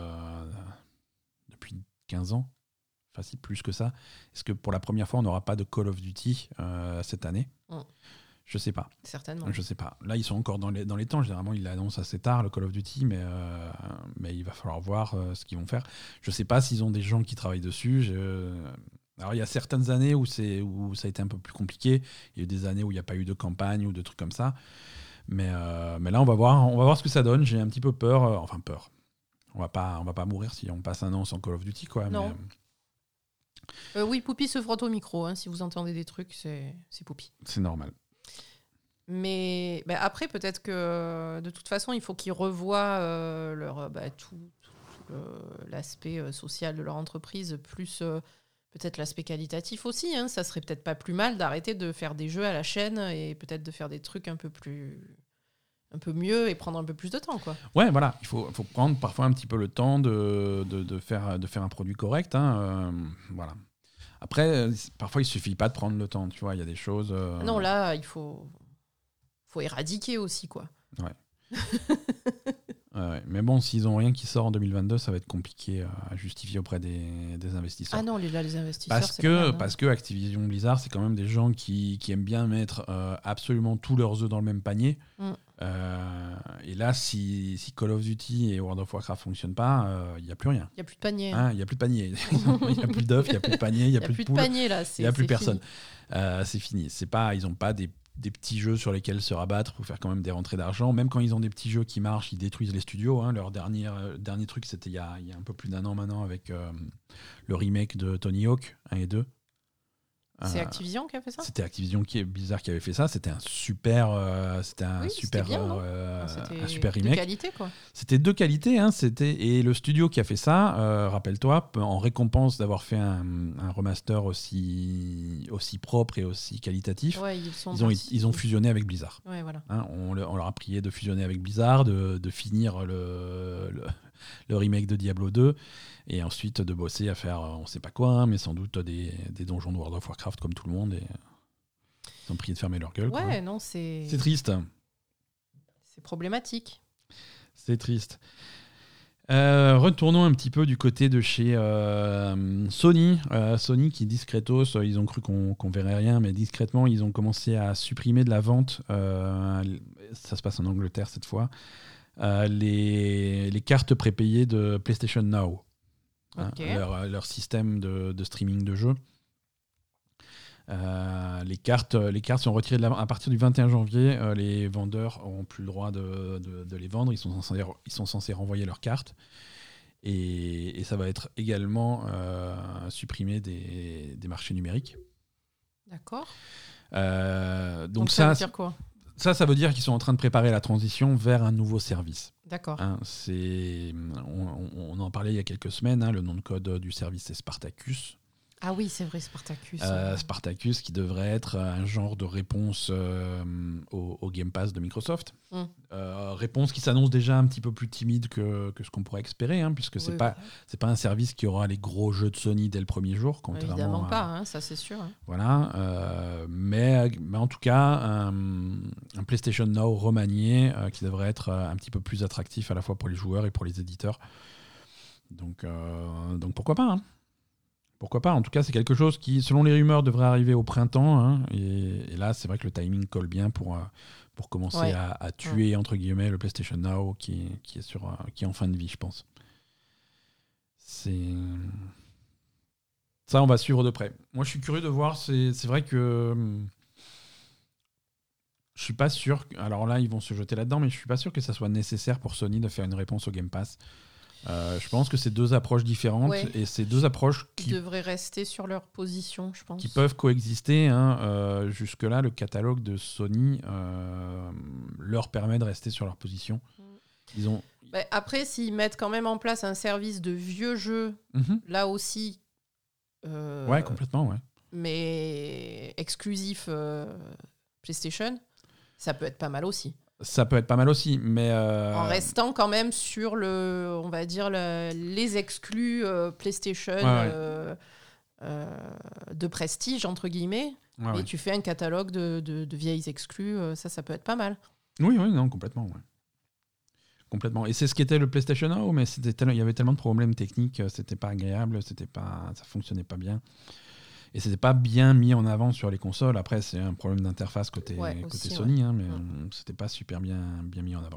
15 ans, enfin si plus que ça, est-ce que pour la première fois, on n'aura pas de Call of Duty cette année ? Je sais pas. Certainement. Je sais pas. Là, ils sont encore dans les temps. Généralement, ils l'annoncent assez tard, le Call of Duty, mais il va falloir voir ce qu'ils vont faire. Je sais pas s'ils ont des gens qui travaillent dessus. Alors, il y a certaines années où ça a été un peu plus compliqué. Il y a eu des années où il n'y a pas eu de campagne ou de trucs comme ça. Mais là, on va voir ce que ça donne. J'ai un petit peu peur. Enfin, peur. On va pas mourir si on passe un an sans Call of Duty, quoi. Non. Oui, Poupie se frotte au micro. Si vous entendez des trucs, c'est Poupie. C'est normal. Mais après, peut-être que de toute façon, il faut qu'ils revoient l'aspect social de leur entreprise, plus peut-être l'aspect qualitatif aussi. Hein. Ça serait peut-être pas plus mal d'arrêter de faire des jeux à la chaîne et peut-être de faire des trucs un peu mieux et prendre un peu plus de temps, quoi. Ouais, voilà, il faut prendre parfois un petit peu le temps de faire un produit correct. Hein, voilà. Après, parfois, il suffit pas de prendre le temps, tu vois, il y a des choses... Non, là, il faut éradiquer aussi, quoi. Ouais. Ouais. Mais bon, s'ils ont rien qui sort en 2022, ça va être compliqué à justifier auprès des investisseurs. Ah non, les investisseurs, parce que Activision Blizzard, c'est quand même des gens qui aiment bien mettre absolument tous leurs œufs dans le même panier. Et là, si Call of Duty et World of Warcraft fonctionnent pas, il n'y a plus rien. Il n'y a plus de panier. Il n'y a plus de panier. Il n'y a plus d'œufs, il n'y a plus de panier, il n'y a plus de poules. Panier, là. Il n'y a plus personne. C'est fini. Ils n'ont pas des petits jeux sur lesquels se rabattre pour faire quand même des rentrées d'argent. Même quand ils ont des petits jeux qui marchent, ils détruisent les studios. Hein. Leur dernier truc, c'était il y a un peu plus d'1 an maintenant avec le remake de Tony Hawk 1 et 2. C'est Activision qui a fait ça ? C'était Activision Blizzard qui avait fait ça. C'était un super super remake. De qualité, quoi. C'était de qualité. Hein, et le studio qui a fait ça, rappelle-toi, en récompense d'avoir fait un remaster aussi propre et aussi qualitatif, ils ont fusionné avec Blizzard. Ouais, voilà. Hein, on leur a prié de fusionner avec Blizzard, de finir le remake de Diablo 2 et ensuite de bosser à faire on sait pas quoi, hein, mais sans doute des donjons de World of Warcraft comme tout le monde, et ils ont prié de fermer leur gueule. Ouais, quoi. Non, c'est triste. C'est problématique. C'est triste. Retournons un petit peu du côté de chez Sony. Sony qui discretos, ils ont cru qu'on verrait rien, mais discrètement ils ont commencé à supprimer de la vente, ça se passe en Angleterre cette fois, les cartes prépayées de PlayStation Now. Okay. Leur système de streaming de jeux. Les cartes sont retirées à partir du 21 janvier. Les vendeurs n'auront plus le droit de les vendre. Ils sont censés renvoyer leurs cartes. Et ça va être également supprimé des marchés numériques. D'accord. Donc ça veut dire quoi ? Ça veut dire qu'ils sont en train de préparer la transition vers un nouveau service. D'accord. Hein, on en parlait il y a quelques semaines. Hein, le nom de code du service, c'est Spartacus. Ah oui, c'est vrai, Spartacus. Spartacus qui devrait être un genre de réponse au Game Pass de Microsoft. Réponse qui s'annonce déjà un petit peu plus timide que ce qu'on pourrait espérer, hein, puisque c'est pas un service qui aura les gros jeux de Sony dès le premier jour. Évidemment pas, hein, ça c'est sûr. Hein. Voilà, mais en tout cas, un PlayStation Now remanié qui devrait être un petit peu plus attractif à la fois pour les joueurs et pour les éditeurs. Donc pourquoi pas, hein. Pourquoi pas ? En tout cas, c'est quelque chose qui, selon les rumeurs, devrait arriver au printemps. Hein, et là, c'est vrai que le timing colle bien pour commencer à tuer, entre guillemets, le PlayStation Now qui est en fin de vie, je pense. Ça, on va suivre de près. Moi, je suis curieux de voir. C'est vrai que je suis pas sûr. Alors là, ils vont se jeter là-dedans, mais je suis pas sûr que ça soit nécessaire pour Sony de faire une réponse au Game Pass. Je pense que c'est deux approches différentes et c'est deux approches qui devraient rester sur leur position, je pense. Qui peuvent coexister. Hein. Jusque-là, le catalogue de Sony leur permet de rester sur leur position. Après, s'ils mettent quand même en place un service de vieux jeux, là aussi... ouais, complètement, ouais. Mais exclusif PlayStation, ça peut être pas mal aussi. Ça peut être pas mal aussi, mais... En restant quand même sur on va dire les exclus PlayStation de prestige, entre guillemets. Et tu fais un catalogue de vieilles exclus, ça peut être pas mal. Oui, non, complètement, ouais. Complètement. Et c'est ce qu'était le PlayStation Now, mais il y avait tellement de problèmes techniques, c'était pas agréable, ça fonctionnait pas bien. Et c'était pas bien mis en avant sur les consoles. Après, c'est un problème d'interface côté Sony, hein, mais c'était pas super bien mis en avant.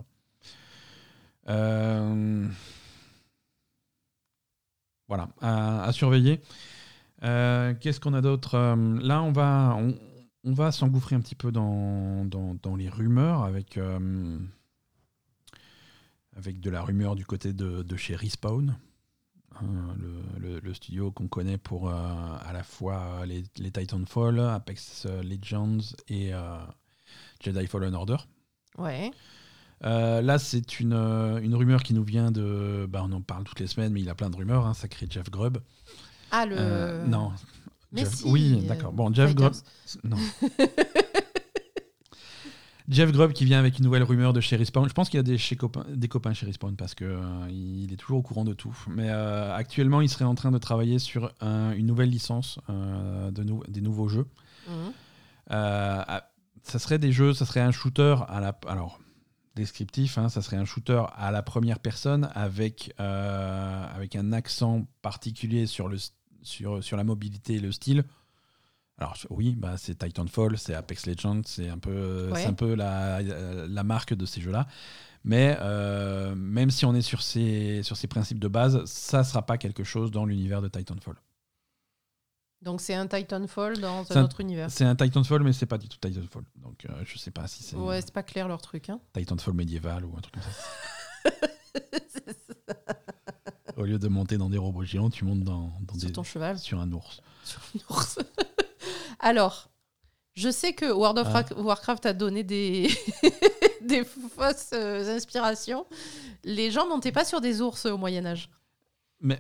Voilà, à surveiller. Qu'est-ce qu'on a d'autre ? Là, on va s'engouffrer un petit peu dans les rumeurs avec de la rumeur du côté de chez Respawn. Le studio qu'on connaît pour à la fois les Titanfall, Apex Legends et Jedi Fallen Order. Ouais. Là, c'est une rumeur qui nous vient de... on en parle toutes les semaines, mais il a plein de rumeurs. Sacré Jeff Grubb. Ah, non. Si, oui, d'accord. Bon, Jeff Grubb... Non. Jeff Grubb qui vient avec une nouvelle rumeur de chez Respawn. Je pense qu'il y a des copains chez Respawn parce qu'il est toujours au courant de tout. Mais actuellement, il serait en train de travailler sur une nouvelle licence des nouveaux jeux. Ça serait des jeux, ça serait un shooter alors, descriptif, ça serait un shooter à la première personne avec un accent particulier sur la mobilité et le style. Alors oui, c'est Titanfall, c'est Apex Legends, c'est un peu la marque de ces jeux-là. Mais même si on est sur ces principes de base, ça ne sera pas quelque chose dans l'univers de Titanfall. Donc c'est un Titanfall dans un autre univers. C'est un Titanfall, mais c'est pas du tout Titanfall. Donc je sais pas si c'est. Ouais, c'est pas clair leur truc. Titanfall médiéval ou un truc comme ça. C'est ça. Au lieu de monter dans des robots géants, tu montes sur ton cheval. Sur un ours. Sur un ours. Alors, je sais que World of Warcraft a donné des fausses inspirations. Les gens montaient pas sur des ours au Moyen-Âge. Mais.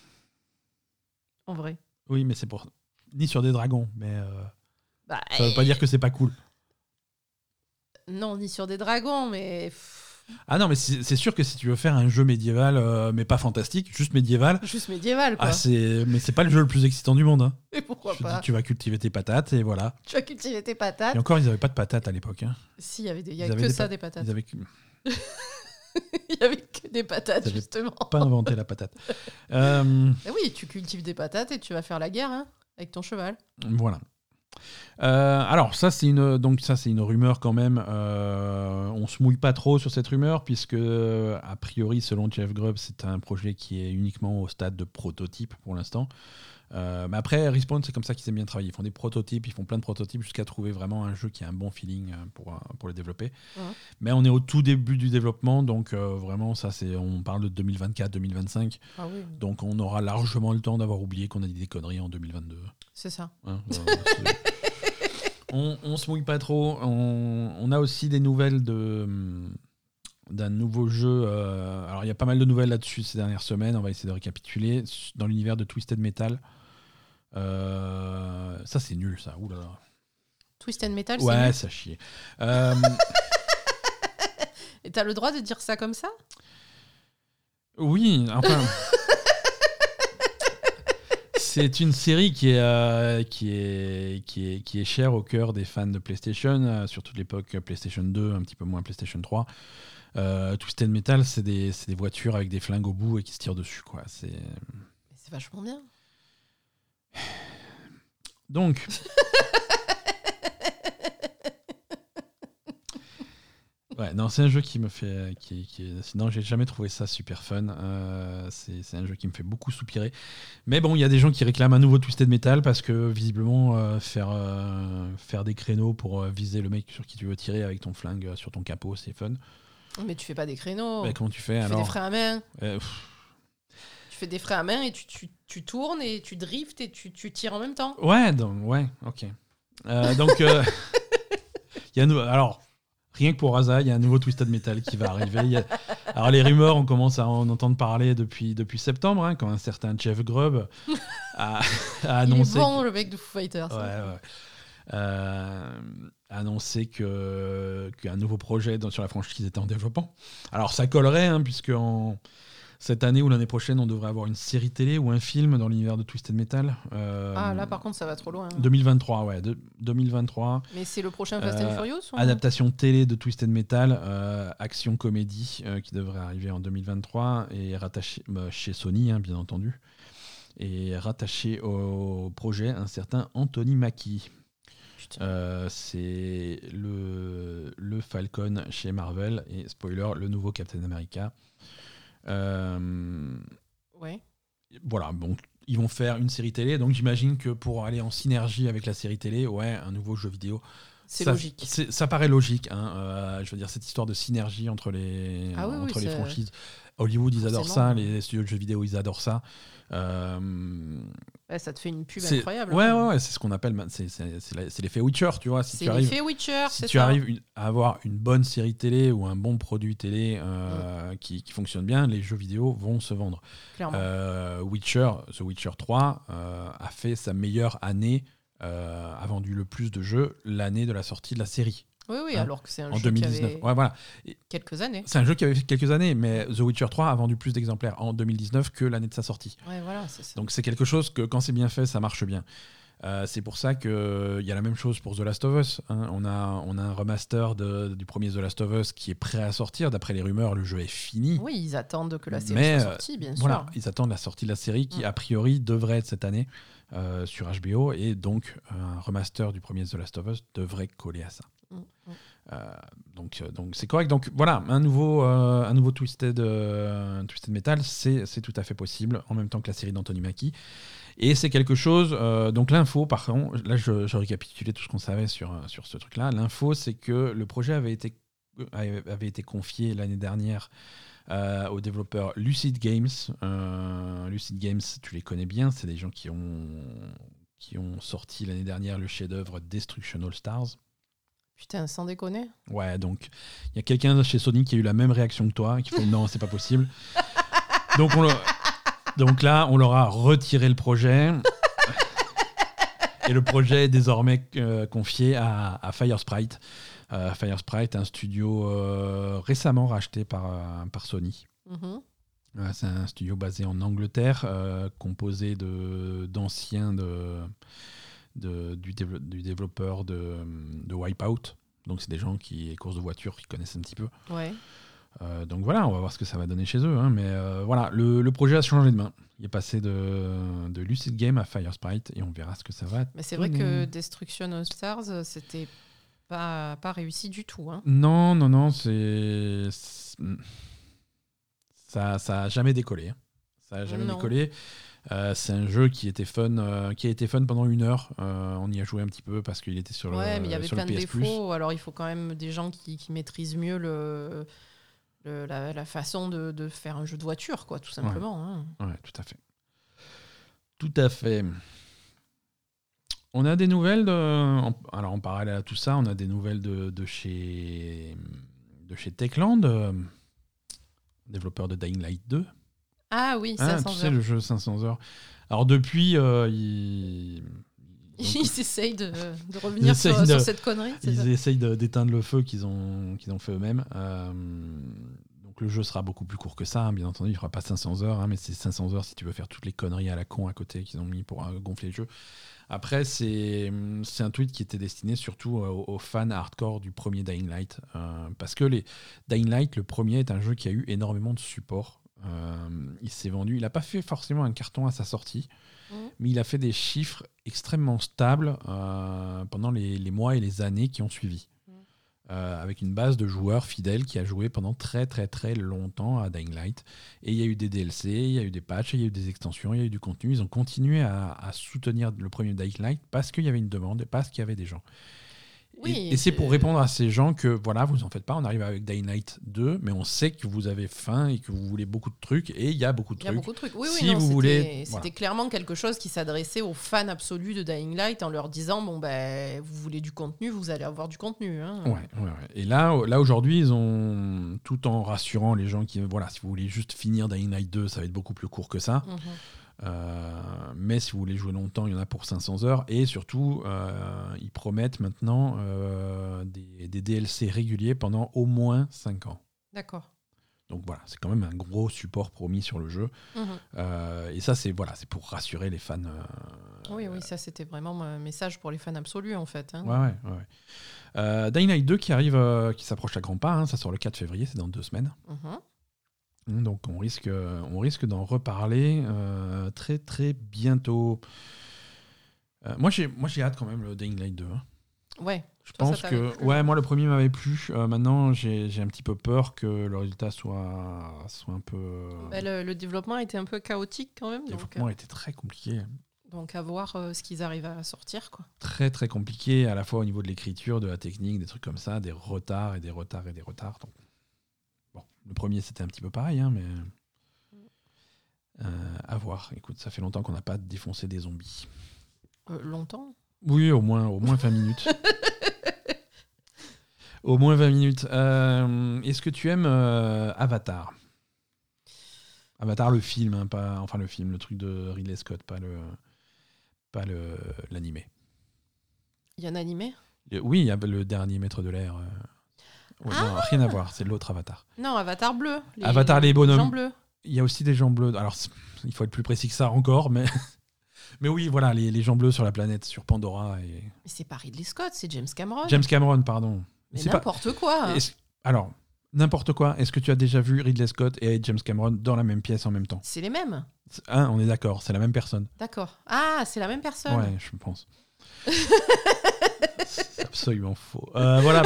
En vrai. Oui, mais c'est pour. Ni sur des dragons, mais. Ça veut pas dire que c'est pas cool. Non, ni sur des dragons, mais. Ah non, mais c'est sûr que si tu veux faire un jeu médiéval, mais pas fantastique, juste médiéval. Juste médiéval, quoi. Mais c'est pas le jeu le plus excitant du monde. Et pourquoi pas ? Tu vas cultiver tes patates et voilà. Tu vas cultiver tes patates. Et encore, ils n'avaient pas de patates à l'époque. Si, il y avait des patates. Ils avaient... Il y avait que des patates, justement. Pas inventé la patate. Oui, tu cultives des patates et tu vas faire la guerre avec ton cheval. Voilà. Alors ça c'est une rumeur quand même. On se mouille pas trop sur cette rumeur puisque a priori selon Jeff Grubb c'est un projet qui est uniquement au stade de prototype pour l'instant. Mais après Respawn c'est comme ça qu'ils aiment bien travailler. Ils font des prototypes, ils font plein de prototypes jusqu'à trouver vraiment un jeu qui a un bon feeling pour le développer. Mais on est au tout début du développement donc vraiment ça on parle de 2024-2025. Ah oui. Donc on aura largement le temps d'avoir oublié qu'on a dit des conneries en 2022. C'est ça. On se mouille pas trop. On a aussi des nouvelles d'un nouveau jeu. Alors il y a pas mal de nouvelles là-dessus ces dernières semaines. On va essayer de récapituler. Dans l'univers de Twisted Metal. Ça c'est nul ça. Ouh là là. Twisted Metal, ouais, c'est nul. Ça chie. Et t'as le droit de dire ça comme ça ? Oui, enfin. C'est une série qui est chère au cœur des fans de PlayStation, surtout de l'époque PlayStation 2, un petit peu moins PlayStation 3. Twisted Metal, c'est des voitures avec des flingues au bout et qui se tirent dessus, quoi. C'est vachement bien. Donc. Ouais, non, c'est un jeu qui me fait. Sinon, j'ai jamais trouvé ça super fun. C'est un jeu qui me fait beaucoup soupirer. Mais bon, il y a des gens qui réclament un nouveau Twisted Metal parce que visiblement, faire des créneaux pour viser le mec sur qui tu veux tirer avec ton flingue sur ton capot, c'est fun. Mais tu fais pas des créneaux. Mais comment tu fais alors ? Tu fais des freins à main. Tu fais des freins à main et tu tournes et tu driftes et tu tires en même temps. Ouais, ok. Donc, il y a alors. Rien que pour Raza, il y a un nouveau Twisted Metal qui va arriver. Alors les rumeurs, on commence à en entendre parler depuis septembre, quand un certain Jeff Grubb a annoncé... Il est bon, le mec de Foo Fighters. Ouais. A annoncé qu'un nouveau projet sur la franchise était en développement. Alors ça collerait, puisque cette année ou l'année prochaine, on devrait avoir une série télé ou un film dans l'univers de Twisted Metal. Là, par contre, ça va trop loin. 2023, ouais. 2023. Mais c'est le prochain Fast and Furious Adaptation télé de Twisted Metal, action-comédie, qui devrait arriver en 2023, et rattaché chez Sony, bien entendu. Et rattaché au projet un certain Anthony Mackie. C'est le Falcon chez Marvel, et spoiler, le nouveau Captain America. Ouais. Voilà, bon, ils vont faire une série télé, donc j'imagine que pour aller en synergie avec la série télé, un nouveau jeu vidéo. C'est logique. Ça paraît logique, je veux dire, cette histoire de synergie entre les franchises. Hollywood, ils adorent ça, les studios de jeux vidéo, ils adorent ça. Ça te fait une pub incroyable. Ouais, c'est ce qu'on appelle, c'est l'effet Witcher, tu vois. Si tu arrives à avoir une bonne série télé ou un bon produit télé qui fonctionne bien, les jeux vidéo vont se vendre. Clairement. The Witcher 3 a fait sa meilleure année, a vendu le plus de jeux l'année de la sortie de la série. Oui, alors que c'est un en jeu 2019. qui avait quelques années. C'est un jeu qui avait fait quelques années, mais The Witcher 3 a vendu plus d'exemplaires en 2019 que l'année de sa sortie. Ouais, voilà, c'est ça. Donc c'est quelque chose que quand c'est bien fait, ça marche bien. C'est pour ça qu'il y a la même chose pour The Last of Us. Hein. On a un remaster du premier The Last of Us qui est prêt à sortir. D'après les rumeurs, le jeu est fini. Oui, ils attendent que la série soit sortie, bien sûr. Voilà, ils attendent la sortie de la série qui, a priori, devrait être cette année sur HBO. Et donc, un remaster du premier The Last of Us devrait coller à ça. Donc c'est correct. Donc voilà, un nouveau Twisted Metal, c'est tout à fait possible en même temps que la série d'Anthony Mackie. Et c'est quelque chose. Donc l'info, par contre, là je récapitulais tout ce qu'on savait sur ce truc-là. L'info, c'est que le projet avait été confié l'année dernière au développeur Lucid Games. Lucid Games, tu les connais bien, c'est des gens qui ont sorti l'année dernière le chef-d'œuvre Destruction All Stars. Putain, sans déconner. Ouais, donc il y a quelqu'un chez Sony qui a eu la même réaction que toi, qui fait non, c'est pas possible. Donc là, on leur a retiré le projet. Et le projet est désormais confié à Firesprite. Firesprite, un studio récemment racheté par Sony. Mm-hmm. C'est un studio basé en Angleterre, composé d'anciens du développeur de Wipeout. Donc c'est des gens les courses de voiture qui connaissent un petit peu. Ouais. Donc voilà, on va voir ce que ça va donner chez eux. Hein, mais voilà, le projet a changé de main. Il est passé de Lucid Game à Firesprite et on verra ce que ça va. Mais c'est vrai que Destruction All Stars, c'était pas réussi du tout. Hein. Non, ça a jamais décollé. Hein. Ça a jamais décollé. C'est un jeu qui a été fun pendant 1 heure. On y a joué un petit peu parce qu'il était sur le PS+. Ouais, mais il y avait plein de défauts. Alors il faut quand même des gens qui maîtrisent mieux la façon de faire un jeu de voiture, quoi, tout simplement. Ouais, tout à fait. Tout à fait. On a des nouvelles alors en parallèle à tout ça, on a des nouvelles de chez Techland, développeur de Dying Light 2. Ah oui, 500 tu sais, le jeu 500 heures. Alors depuis, ils essayent de revenir sur cette connerie. Ils essayent d'éteindre le feu qu'ils ont fait eux-mêmes. Donc le jeu sera beaucoup plus court que ça, hein, bien entendu. Il ne fera pas 500 heures, hein, mais c'est 500 heures si tu veux faire toutes les conneries à la con à côté qu'ils ont mis pour gonfler le jeu. Après, c'est un tweet qui était destiné surtout aux fans hardcore du premier Dying Light. Parce que Dying Light, le premier, est un jeu qui a eu énormément de support. Il s'est vendu. Il n'a pas fait forcément un carton à sa sortie, mais il a fait des chiffres extrêmement stables pendant les mois et les années qui ont suivi. Avec une base de joueurs fidèles qui a joué pendant très très très longtemps à Dying Light. Et il y a eu des DLC, il y a eu des patchs, il y a eu des extensions, il y a eu du contenu. Ils ont continué à soutenir le premier Dying Light parce qu'il y avait une demande et parce qu'il y avait des gens. Et c'est pour répondre à ces gens que, voilà, vous en faites pas, on arrive avec Dying Light 2, mais on sait que vous avez faim et que vous voulez beaucoup de trucs, et il y a beaucoup de trucs. Il y a beaucoup de trucs. Oui, c'était clairement quelque chose qui s'adressait aux fans absolus de Dying Light en leur disant, bon, ben, vous voulez du contenu, vous allez avoir du contenu. Hein. Ouais. Et là aujourd'hui, ils ont, tout en rassurant les gens qui, voilà, si vous voulez juste finir Dying Light 2, ça va être beaucoup plus court que ça. Mais si vous voulez jouer longtemps, il y en a pour 500 heures. Et surtout, ils promettent maintenant des DLC réguliers pendant au moins 5 ans. D'accord. Donc voilà, c'est quand même un gros support promis sur le jeu. Et ça, c'est pour rassurer les fans. Oui, ça c'était vraiment un message pour les fans absolus en fait. Hein. Ouais. Dying Light 2 qui arrive, qui s'approche à grands pas. Hein, ça sort le 4 février, c'est dans 2 semaines. Donc on risque d'en reparler très très bientôt. Moi j'ai hâte quand même le Dying Light 2. Hein. Ouais. Je pense que moi le premier m'avait plu. Maintenant j'ai un petit peu peur que le résultat soit un peu. Le développement a été un peu chaotique quand même. Le développement a été très compliqué. Donc à voir ce qu'ils arrivent à sortir, quoi. Très très compliqué à la fois au niveau de l'écriture, de la technique, des trucs comme ça, des retards et des retards et des retards. Donc, bon, Le premier, c'était un petit peu pareil, hein, mais à voir. Écoute, ça fait longtemps qu'on n'a pas défoncé des zombies. Longtemps ? Oui, au moins 20 minutes. Au moins 20 minutes. Est-ce que tu aimes Avatar ? Avatar, le film, hein, le film, le truc de Ridley Scott, pas l'animé. Il y a un animé ? Oui, il y a le dernier maître de l'air. Non, rien à voir, c'est l'autre Avatar. Non, Avatar bleu. Avatar les bonhommes. Gens bleus. Il y a aussi des gens bleus. Alors, il faut être plus précis que ça encore, mais mais oui, voilà, les gens bleus sur la planète, sur Pandora. Mais c'est pas Ridley Scott, c'est James Cameron. James Cameron, pardon. Mais n'importe quoi. Alors, n'importe quoi. Est-ce que tu as déjà vu Ridley Scott et James Cameron dans la même pièce en même temps ? C'est les mêmes. On est d'accord, c'est la même personne. D'accord. Ah, c'est la même personne. Ouais, je pense. C'est absolument faux. Voilà.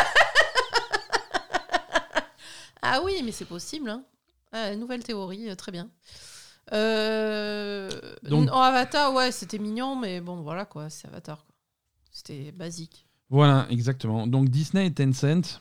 Ah oui, mais c'est possible. Hein. Nouvelle théorie, très bien. Donc, Avatar, ouais, c'était mignon, mais bon, voilà quoi, c'est Avatar. Quoi. C'était basique. Voilà, exactement. Donc Disney et Tencent.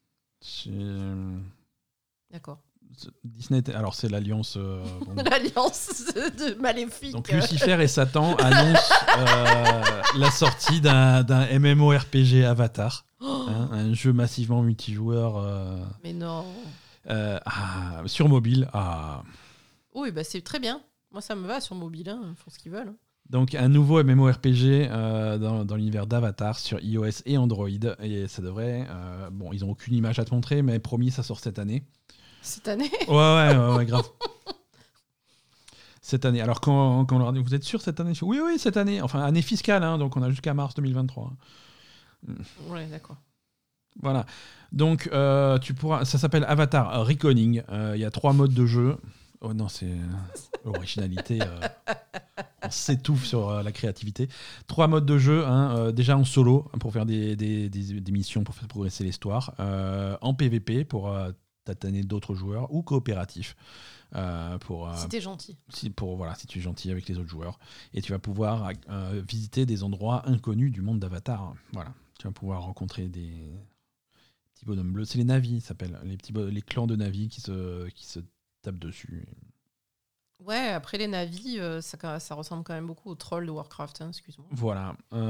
D'accord. Disney, alors c'est l'alliance. L'alliance de maléfique. Donc Lucifer et Satan annoncent la sortie d'un MMORPG Avatar, un jeu massivement multijoueur. Mais non. Sur mobile. Oui, bah c'est très bien. Moi, ça me va sur mobile. Ils font ce qu'ils veulent. Donc un nouveau MMORPG dans l'univers d'Avatar sur iOS et Android. Et ça devrait... bon, ils n'ont aucune image à te montrer, mais promis, ça sort cette année. Cette année ? Ouais, grave. Cette année. Alors, quand on leur dit, vous êtes sûr cette année ? Oui, cette année. Enfin, année fiscale, hein, donc on a jusqu'à mars 2023. Ouais, d'accord. Voilà. Donc, tu pourras... Ça s'appelle Avatar Reckoning. Il y a 3 modes de jeu. Oh non, c'est l'originalité. On s'étouffe sur la créativité. 3 modes de jeu. Déjà en solo, pour faire des missions, pour faire progresser l'histoire. En PVP, pour tataner d'autres joueurs. Ou coopératif. Si t'es gentil. Si tu es gentil avec les autres joueurs. Et tu vas pouvoir visiter des endroits inconnus du monde d'Avatar. Voilà. Tu vas pouvoir rencontrer des petits bonhommes bleus. C'est les Na'vi, ça s'appelle. Les clans de Na'vi qui se tapent dessus. Ouais, après les Na'vi, ça ressemble quand même beaucoup aux trolls de Warcraft, hein, excuse-moi. Voilà.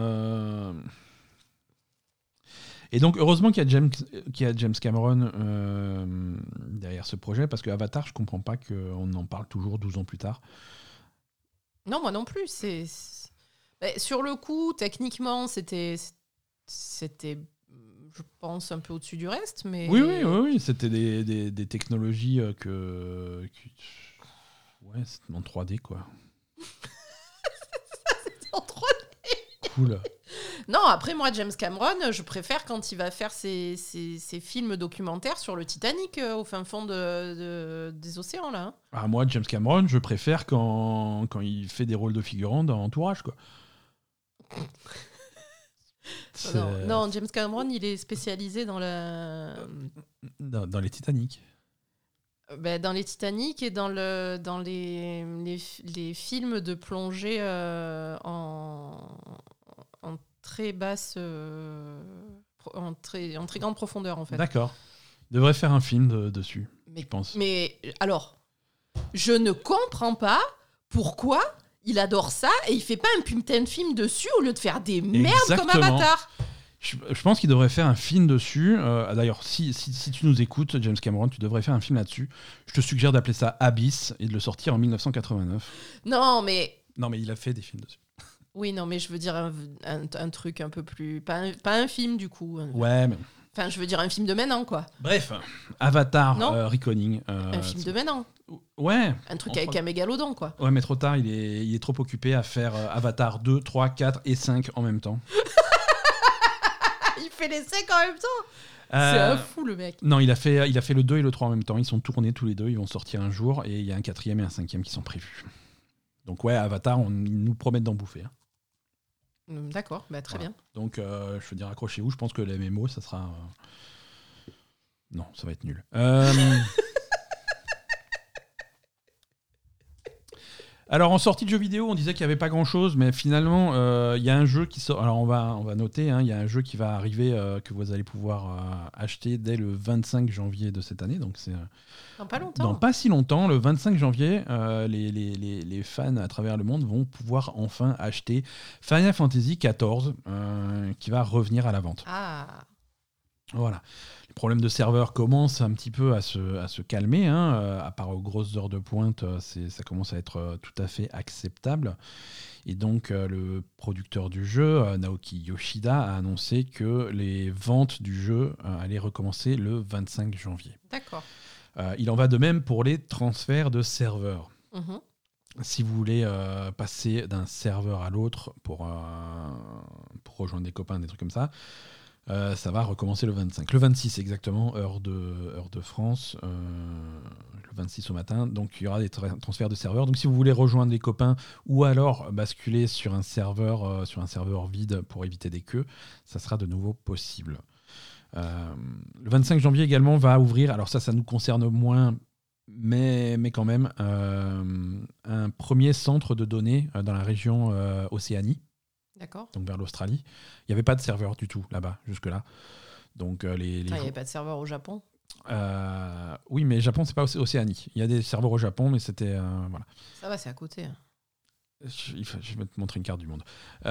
Et donc, heureusement qu'il y a James Cameron derrière ce projet, parce que Avatar, je comprends pas qu'on en parle toujours 12 ans plus tard. Non, moi non plus. Sur le coup, techniquement, c'était, je pense, un peu au-dessus du reste. Mais... Oui. C'était des technologies ouais, c'était en 3D, quoi. C'était en 3D. Cool. Non, après, moi, James Cameron, je préfère quand il va faire ses films documentaires sur le Titanic au fin fond des océans, là. Moi, James Cameron, je préfère quand il fait des rôles de figurants dans Entourage, quoi. Non, James Cameron, il est spécialisé dans dans les Titanic. Dans les Titanic et dans les films de plongée en très basse, en très grande profondeur, en fait. D'accord. Il devrait faire un film dessus, je pense. Mais alors, je ne comprends pas pourquoi il adore ça et il fait pas un putain de film dessus au lieu de faire des merdes comme Avatar. Je pense qu'il devrait faire un film dessus. D'ailleurs, si tu nous écoutes, James Cameron, tu devrais faire un film là-dessus. Je te suggère d'appeler ça Abyss et de le sortir en 1989. Non, mais il a fait des films dessus. Oui, non, mais je veux dire un truc un peu plus... Pas un film, du coup. Ouais, mais... Enfin, je veux dire un film de maintenant, quoi. Bref, Avatar Reckoning. Un film de maintenant. Ouais. Un truc avec un mégalodon, quoi. Ouais, mais trop tard, il est trop occupé à faire Avatar 2, 3, 4 et 5 en même temps. Il fait les 5 en même temps. C'est un fou, le mec. Non, il a fait le 2 et le 3 en même temps. Ils sont tournés tous les deux, ils vont sortir un jour et il y a un 4e et un 5e qui sont prévus. Donc ouais, Avatar, ils nous promettent d'en bouffer. Hein. D'accord, très bien. Donc je veux dire, accrochez-vous, je pense que les MMO, ça sera... Non, ça va être nul. Alors en sortie de jeux vidéo, on disait qu'il n'y avait pas grand-chose, mais finalement, il y a un jeu qui sort. Alors on va noter, il y a un jeu qui va arriver que vous allez pouvoir acheter dès le 25 janvier de cette année. Donc c'est dans pas longtemps. Dans pas si longtemps, le 25 janvier, les fans à travers le monde vont pouvoir enfin acheter Final Fantasy XIV, qui va revenir à la vente. Ah. Voilà. Les problèmes de serveur commencent un petit peu à se calmer. À part aux grosses heures de pointe, ça commence à être tout à fait acceptable. Et donc, le producteur du jeu, Naoki Yoshida, a annoncé que les ventes du jeu allaient recommencer le 25 janvier. D'accord. Il en va de même pour les transferts de serveurs. Mmh. Si vous voulez passer d'un serveur à l'autre pour rejoindre des copains, des trucs comme ça, ça va recommencer le 25. Le 26 exactement, heure de France, le 26 au matin. Donc il y aura des transferts de serveurs. Donc si vous voulez rejoindre des copains ou alors basculer sur un serveur vide pour éviter des queues, ça sera de nouveau possible. Le 25 janvier également va ouvrir, alors ça nous concerne moins, mais quand même, un premier centre de données dans la région Océanie. D'accord. Donc vers l'Australie. Il n'y avait pas de serveur du tout là-bas, jusque-là. Donc, il n'y avait pas de serveur au Japon. Oui, mais Japon, c'est pas Océanie. Il y a des serveurs au Japon, mais c'était... voilà. Ça va, c'est à côté. Je vais te montrer une carte du monde.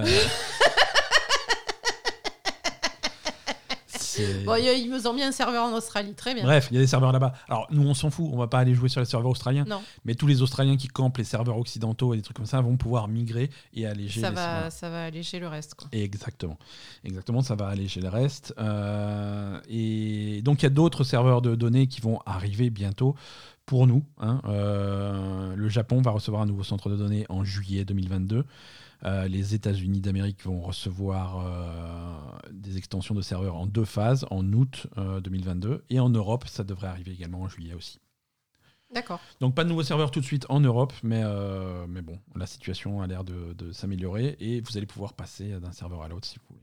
Bon, ils me ont mis un serveur en Australie, très bien. Bref, il y a des serveurs là-bas. Alors, nous, on s'en fout, on va pas aller jouer sur les serveurs australiens. Non. Mais tous les Australiens qui campent les serveurs occidentaux et des trucs comme ça vont pouvoir migrer et alléger ça va alléger le reste, quoi. Exactement, ça va alléger le reste. Et donc, il y a d'autres serveurs de données qui vont arriver bientôt pour nous. Le Japon va recevoir un nouveau centre de données en juillet 2022. Les États-Unis d'Amérique vont recevoir des extensions de serveurs en 2 phases, en août 2022. Et en Europe, ça devrait arriver également en juillet aussi. D'accord. Donc pas de nouveaux serveurs tout de suite en Europe, mais bon, la situation a l'air de s'améliorer et vous allez pouvoir passer d'un serveur à l'autre si vous voulez.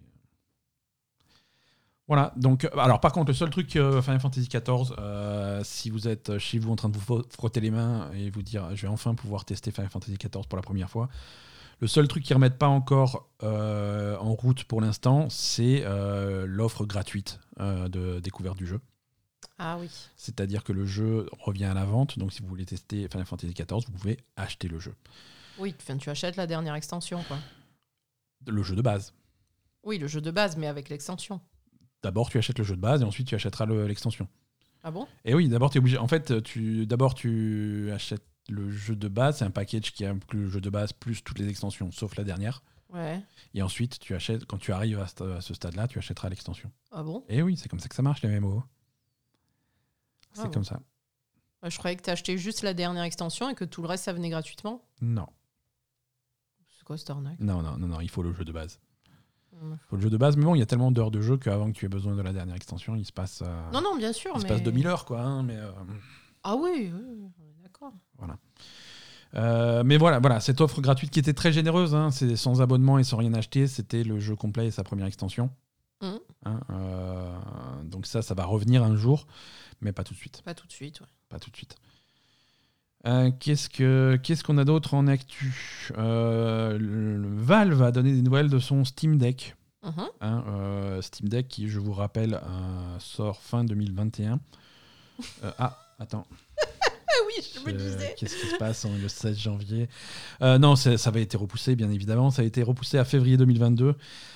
Voilà, donc, alors par contre, le seul truc Final Fantasy XIV, si vous êtes chez vous en train de vous frotter les mains et vous dire je vais enfin pouvoir tester Final Fantasy XIV pour la première fois, le seul truc qu'ils ne remettent pas encore en route pour l'instant, c'est l'offre gratuite de découverte du jeu. Ah oui. C'est-à-dire que le jeu revient à la vente, donc si vous voulez tester Final Fantasy XIV, vous pouvez acheter le jeu. Oui, tu achètes la dernière extension, quoi. Le jeu de base. Oui, le jeu de base, mais avec l'extension. D'abord, tu achètes le jeu de base et ensuite tu achèteras l'extension. Ah bon ? Et oui, d'abord, tu es obligé. En fait, tu achètes le jeu de base, c'est un package qui inclut le jeu de base plus toutes les extensions, sauf la dernière. Ouais. Et ensuite, tu achètes, quand tu arrives à ce stade-là, tu achèteras l'extension. Ah bon ? Et oui, c'est comme ça que ça marche, les MMO. C'est comme ça. Je croyais que tu achetais juste la dernière extension et que tout le reste, ça venait gratuitement. Non. C'est quoi cette arnaque ? Non, il faut le jeu de base. Il faut le jeu de base, mais bon, il y a tellement d'heures de jeu qu'avant que tu aies besoin de la dernière extension, il se passe... non, bien sûr. Se passe 2000 heures, quoi. Mais, Ah oui, on est d'accord. Voilà. Mais voilà, cette offre gratuite qui était très généreuse, c'est sans abonnement et sans rien acheter, c'était le jeu complet et sa première extension. Donc ça va revenir un jour, mais pas tout de suite. Pas tout de suite, ouais. Pas tout de suite. Qu'est-ce qu'on a d'autre en actu ? Valve a donné des nouvelles de son Steam Deck. Steam Deck qui, je vous rappelle, sort fin 2021. Attends. Oui, je me disais. Qu'est-ce qui se passe le 16 janvier ? Non, ça avait été repoussé, bien évidemment. Ça a été repoussé à février 2022.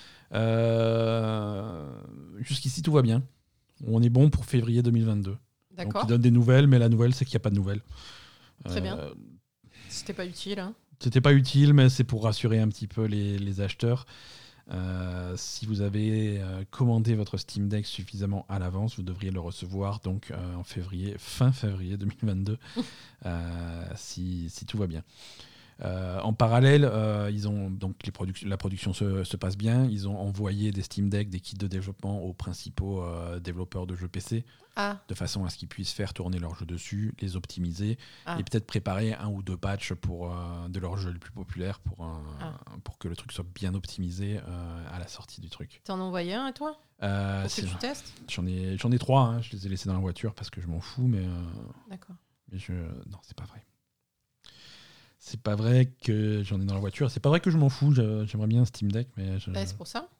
Jusqu'ici, tout va bien. On est bon pour février 2022. D'accord. Donc, ils donnent des nouvelles, mais la nouvelle, c'est qu'il n'y a pas de nouvelles. Très bien. C'était pas utile. C'était pas utile, mais c'est pour rassurer un petit peu les acheteurs. Si vous avez commandé votre Steam Deck suffisamment à l'avance, vous devriez le recevoir donc en fin février 2022, si tout va bien. En parallèle, ils ont donc la production se passe bien. Ils ont envoyé des Steam Deck, des kits de développement aux principaux développeurs de jeux PC, de façon à ce qu'ils puissent faire tourner leurs jeux dessus, les optimiser et peut-être préparer 1 ou 2 patchs de leurs jeux les plus populaires pour que le truc soit bien optimisé à la sortie du truc. T'en as envoyé un à toi pour que tu testes ? J'en ai 3. Je les ai laissés dans la voiture parce que je m'en fous, mais d'accord. Mais non, c'est pas vrai. C'est pas vrai que j'en ai dans la voiture. C'est pas vrai que je m'en fous. J'aimerais bien un Steam Deck, mais c'est pour ça.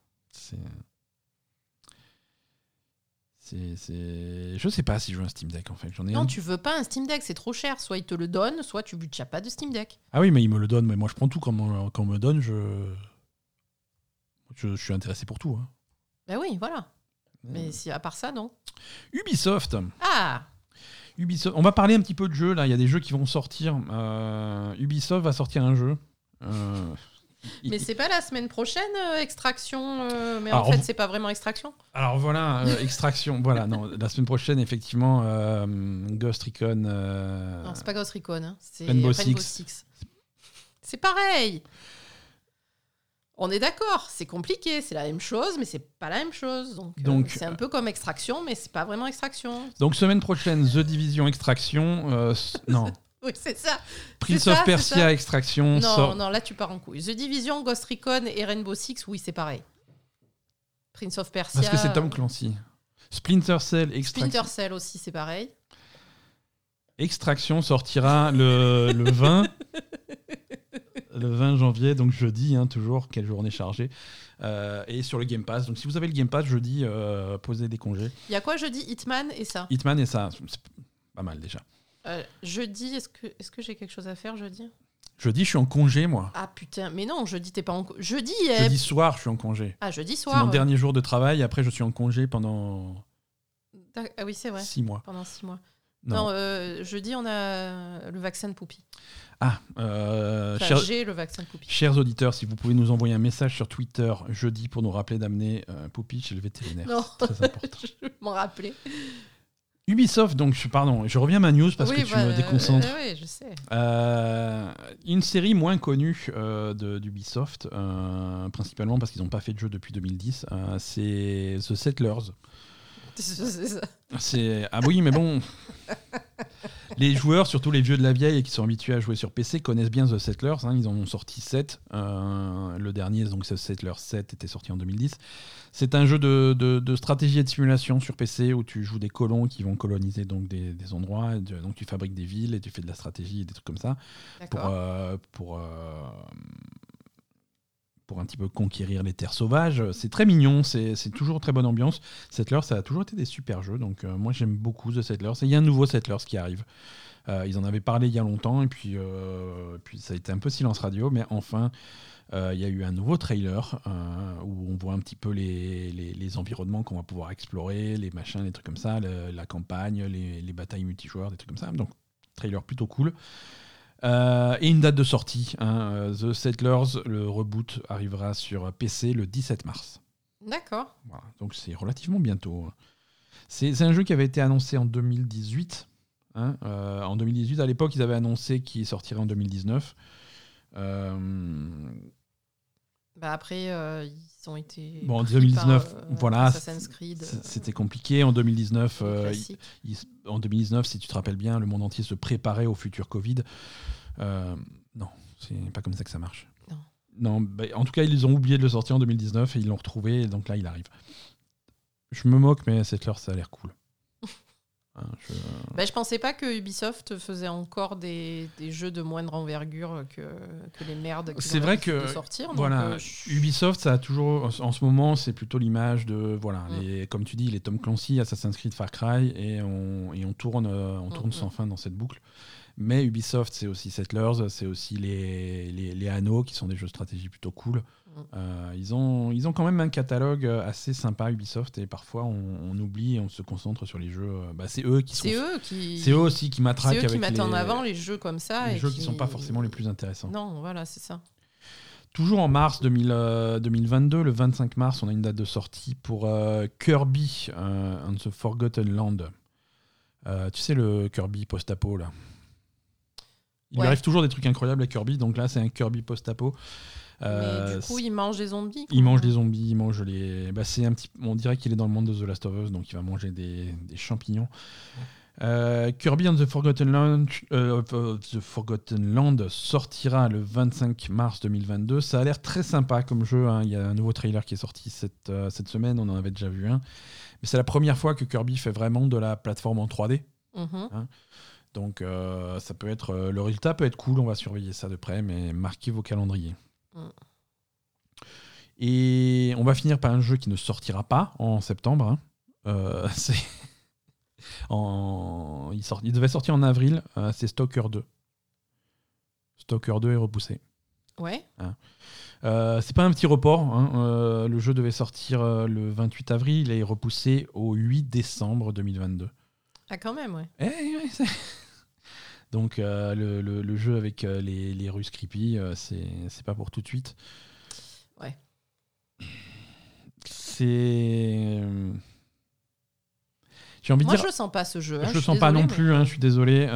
Je sais pas si je veux un Steam Deck en fait. Non, tu veux pas un Steam Deck, c'est trop cher. Soit ils te le donnent, soit tu n'as pas de Steam Deck. Ah oui, mais ils me le donnent. Mais moi, je prends tout quand on me donne. Je suis intéressé pour tout. Hein. Ben oui, voilà. Mais à part ça, non. Ubisoft. Ah. Ubisoft. On va parler un petit peu de jeux là. Il y a des jeux qui vont sortir. Ubisoft va sortir un jeu. Mais c'est pas la semaine prochaine, Extraction. Mais alors, en fait, c'est pas vraiment Extraction. Alors voilà, Extraction. Voilà, non, la semaine prochaine, effectivement, Ghost Recon. Non, c'est pas Ghost Recon, hein, c'est Rainbow Six. C'est pareil. On est d'accord, c'est compliqué, c'est la même chose, mais c'est pas la même chose. Donc c'est un peu comme Extraction, mais c'est pas vraiment Extraction. Donc semaine prochaine, The Division Extraction. Non. Oui, c'est ça. Prince of Persia Extraction. Non, là tu pars en couille. The Division, Ghost Recon et Rainbow Six, oui, c'est pareil. Prince of Persia. Parce que c'est Tom Clancy. Splinter Cell Extraction. Splinter Cell aussi, c'est pareil. Extraction sortira le 20. Le 20 janvier, donc jeudi, hein, toujours, quelle journée chargée. Et sur le Game Pass. Donc si vous avez le Game Pass, jeudi, posez des congés. Il y a quoi jeudi? Hitman et ça. Hitman et ça, c'est pas mal déjà. Jeudi, est-ce que j'ai quelque chose à faire jeudi? Jeudi, je suis en congé, moi. Ah putain, mais non, jeudi, t'es pas en congé. Jeudi soir, je suis en congé. Ah, jeudi soir. C'est mon dernier jour de travail, après je suis en congé pendant... Ah oui, c'est vrai. 6 mois. Pendant 6 mois. Non, jeudi, on a le vaccin de Poupie. Ah, j'ai le vaccin de Poupie. Chers auditeurs, si vous pouvez nous envoyer un message sur Twitter jeudi pour nous rappeler d'amener Poupie chez le vétérinaire. Non, c'est très important. Je m'en rappelais. Ubisoft, donc, je reviens à ma news parce que tu me déconcentres. Oui, je sais. Une série moins connue d'Ubisoft, principalement parce qu'ils n'ont pas fait de jeu depuis 2010, c'est The Settlers. C'est ça. Ah oui, mais bon... Les joueurs, surtout les vieux de la vieille et qui sont habitués à jouer sur PC, connaissent bien The Settlers. Hein, ils en ont sorti 7. Le dernier, donc The Settlers 7, était sorti en 2010. C'est un jeu de stratégie et de simulation sur PC où tu joues des colons qui vont coloniser donc des endroits. Donc tu fabriques des villes et tu fais de la stratégie et des trucs comme ça. Pour un petit peu conquérir les terres sauvages. C'est très mignon, c'est toujours très bonne ambiance. Settlers, ça a toujours été des super jeux, donc moi j'aime beaucoup The Settlers. Et il y a un nouveau Settlers qui arrive. Ils en avaient parlé il y a longtemps, et puis ça a été un peu silence radio, mais enfin, il y a eu un nouveau trailer où on voit un petit peu les environnements qu'on va pouvoir explorer, les machins, les trucs comme ça, la campagne, les batailles multijoueurs, des trucs comme ça. Donc, trailer plutôt cool. Et une date de sortie, hein, The Settlers, le reboot arrivera sur PC le 17 mars. D'accord. Voilà, donc c'est relativement bientôt. C'est un jeu qui avait été annoncé en 2018. Hein, en 2018, à l'époque, ils avaient annoncé qu'il sortirait en 2019. Après, ils ont été. Bon, en 2019, voilà, Assassin's Creed. C'était compliqué. En 2019, en 2019, si tu te rappelles bien, le monde entier se préparait au futur Covid. Non, c'est pas comme ça que ça marche. Non, en tout cas, ils ont oublié de le sortir en 2019 et ils l'ont retrouvé, et donc là, il arrive. Je me moque, mais Settlers, ça a l'air cool. Je pensais pas que Ubisoft faisait encore des jeux de moindre envergure que les merdes qui c'est vrai que sortir. Voilà, Ubisoft, ça a toujours, en ce moment, c'est plutôt l'image de comme tu dis, les Tom Clancy, Assassin's Creed, Far Cry, et on tourne sans fin dans cette boucle. Mais Ubisoft, c'est aussi Settlers, c'est aussi les Anno, qui sont des jeux de stratégie plutôt cool. Ils ont quand même un catalogue assez sympa, Ubisoft, et parfois on oublie et on se concentre sur les jeux. C'est eux aussi qui matraquent. C'est eux qui mettent en avant les jeux comme ça. Les jeux qui ne sont pas forcément les plus intéressants. Non, voilà, c'est ça. Toujours en mars 2022, le 25 mars, on a une date de sortie pour Kirby and the Forgotten Land. Tu sais, le Kirby post-apo, là. Il lui arrive toujours des trucs incroyables à Kirby, donc là, c'est un Kirby post-apo. Mais du coup, il mange des zombies. Il mange des zombies, il mange les. C'est un petit. On dirait qu'il est dans le monde de The Last of Us, donc il va manger des champignons. Kirby and the Forgotten Land sortira le 25 mars 2022. Ça a l'air très sympa comme jeu. Hein. Il y a un nouveau trailer qui est sorti cette semaine. On en avait déjà vu un. Mais c'est la première fois que Kirby fait vraiment de la plateforme en 3D. Hein. Donc ça peut être le résultat peut être cool, on va surveiller ça de près, mais marquez vos calendriers. Et on va finir par un jeu qui ne sortira pas en septembre. Il devait sortir en avril, c'est Stalker 2. Stalker 2 est repoussé. Ouais. C'est pas un petit report. Le jeu devait sortir le 28 avril, il est repoussé au 8 décembre 2022. Ah, quand même, ouais. Donc le jeu avec les Russes creepy, c'est pas pour tout de suite. Ouais. J'ai envie de dire. Moi, je sens pas ce jeu. Je le sens pas non plus, je suis désolé.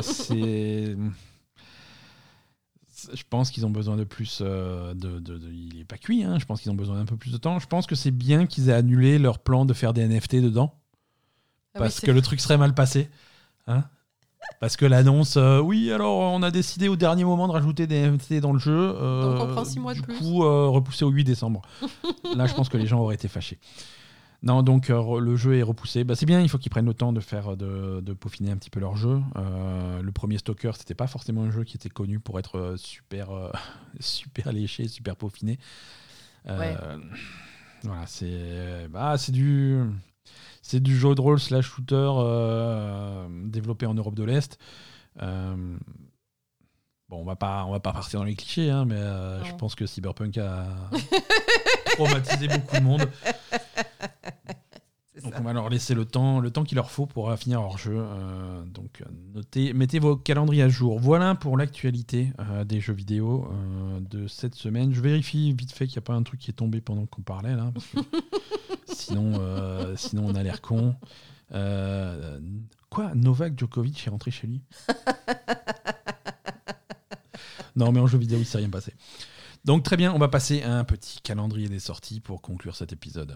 Je pense qu'ils ont besoin de plus. Il est pas cuit, je pense qu'ils ont besoin d'un peu plus de temps. Je pense que c'est bien qu'ils aient annulé leur plan de faire des NFT dedans. Parce que le truc serait mal passé. Parce que l'annonce, oui, alors on a décidé au dernier moment de rajouter des NFT dans le jeu. Donc on prend 6 mois de plus. Du coup, repoussé au 8 décembre. Là, je pense que les gens auraient été fâchés. Non, donc le jeu est repoussé. C'est bien, il faut qu'ils prennent le temps de peaufiner un petit peu leur jeu. Le premier Stalker, c'était pas forcément un jeu qui était connu pour être super léché, super peaufiné. Voilà, c'est du jeu de rôle / shooter développé en Europe de l'Est. Bon, on va pas partir dans les clichés, mais je pense que Cyberpunk a traumatisé beaucoup de monde. Donc on va leur laisser le temps qu'il leur faut pour finir leur jeu. Donc mettez vos calendriers à jour. Voilà pour l'actualité des jeux vidéo de cette semaine. Je vérifie vite fait qu'il n'y a pas un truc qui est tombé pendant qu'on parlait là, parce que sinon on a l'air con. Quoi, Novak Djokovic est rentré chez lui? Non, mais en jeu vidéo, il ne s'est rien passé. Donc très bien, on va passer à un petit calendrier des sorties pour conclure cet épisode.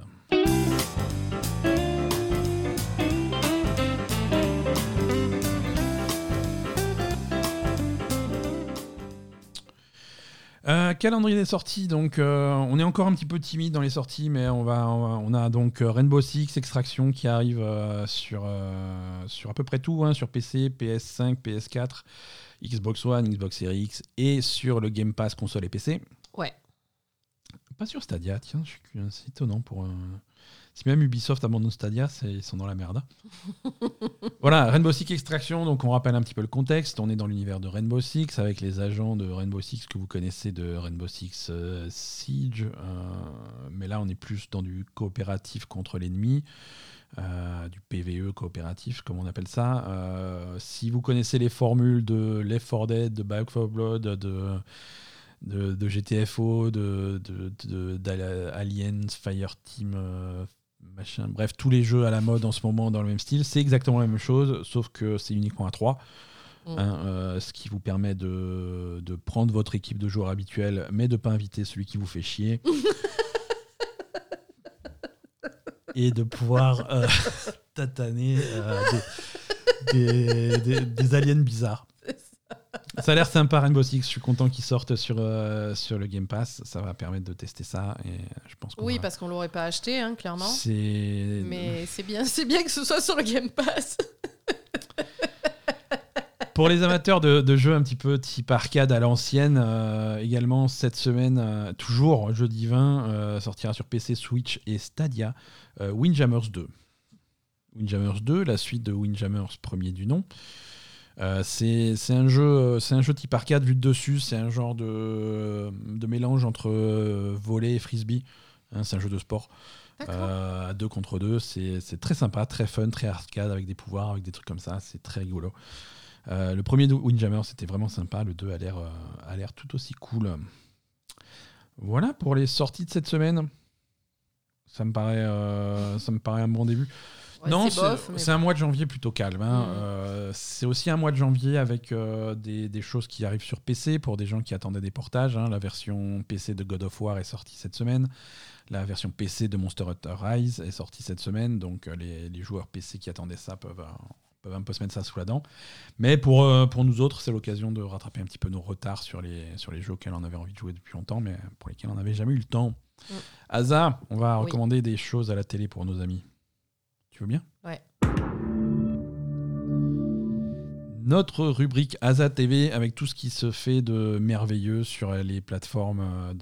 Calendrier des sorties, donc on est encore un petit peu timide dans les sorties, mais on a donc Rainbow Six Extraction qui arrive sur à peu près tout, sur PC, PS5, PS4, Xbox One, Xbox Series X et sur le Game Pass console et PC. Ouais. Pas sur Stadia, tiens, c'est étonnant pour si même Ubisoft abandonne Stadia, ils sont dans la merde. Voilà, Rainbow Six Extraction, donc on rappelle un petit peu le contexte. On est dans l'univers de Rainbow Six avec les agents de Rainbow Six que vous connaissez de Rainbow Six Siege. Mais là, on est plus dans du coopératif contre l'ennemi, du PvE coopératif, comme on appelle ça. Si vous connaissez les formules de Left 4 Dead, de Back 4 Blood, de GTFO, d'Aliens, Fireteam, machin. Bref, tous les jeux à la mode en ce moment dans le même style, c'est exactement la même chose, sauf que c'est uniquement à 3. Ce qui vous permet de prendre votre équipe de joueurs habituels, mais de ne pas inviter celui qui vous fait chier. Et de pouvoir tataner des aliens bizarres. Ça a l'air sympa, Rainbow Six. Je suis content qu'ils sortent sur le Game Pass. Ça va permettre de tester ça. Et je pense parce qu'on l'aurait pas acheté, clairement. Mais c'est bien que ce soit sur le Game Pass. Pour les amateurs de jeux un petit peu type arcade à l'ancienne, également cette semaine, toujours jeudi 20, sortira sur PC, Switch et Stadia, Windjammers 2. Windjammers 2, la suite de Windjammers premier du nom. C'est un jeu type arcade vu de dessus. C'est un genre de mélange entre volley et frisbee. C'est un jeu de sport à 2 contre 2. C'est très sympa, très fun, très arcade avec des pouvoirs, avec des trucs comme ça. C'est très rigolo. Le premier de Windjammer, c'était vraiment sympa. Le 2 a l'air tout aussi cool. Voilà pour les sorties de cette semaine. Ça me paraît un bon début. Ouais, non, c'est un mois de janvier plutôt calme. C'est aussi un mois de janvier avec des choses qui arrivent sur PC pour des gens qui attendaient des portages. La version PC de God of War est sortie cette semaine. La version PC de Monster Hunter Rise est sortie cette semaine. Donc les joueurs PC qui attendaient ça peuvent un peu se mettre ça sous la dent. Mais pour nous autres, c'est l'occasion de rattraper un petit peu nos retards sur les jeux auxquels on avait envie de jouer depuis longtemps, mais pour lesquels on n'avait jamais eu le temps. Asa, on va recommander des choses à la télé pour nos amis. Tu veux bien ? Ouais. Notre rubrique Asa TV avec tout ce qui se fait de merveilleux sur les plateformes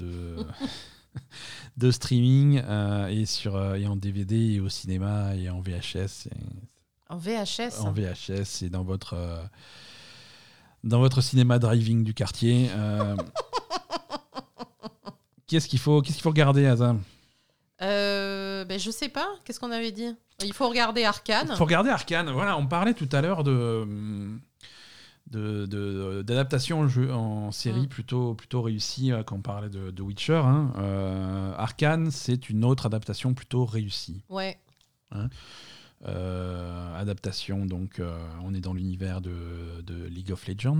de streaming et en DVD et au cinéma et en VHS. En VHS. En VHS et dans votre cinéma driving du quartier. Qu'est-ce qu'il faut regarder, Asa? Je sais pas. Qu'est-ce qu'on avait dit? Il faut regarder Arcane. Il faut regarder Arcane. Voilà, on parlait tout à l'heure d'adaptation en série plutôt réussie quand on parlait de Witcher. Arcane, c'est une autre adaptation plutôt réussie. Ouais. Adaptation, donc on est dans l'univers de League of Legends.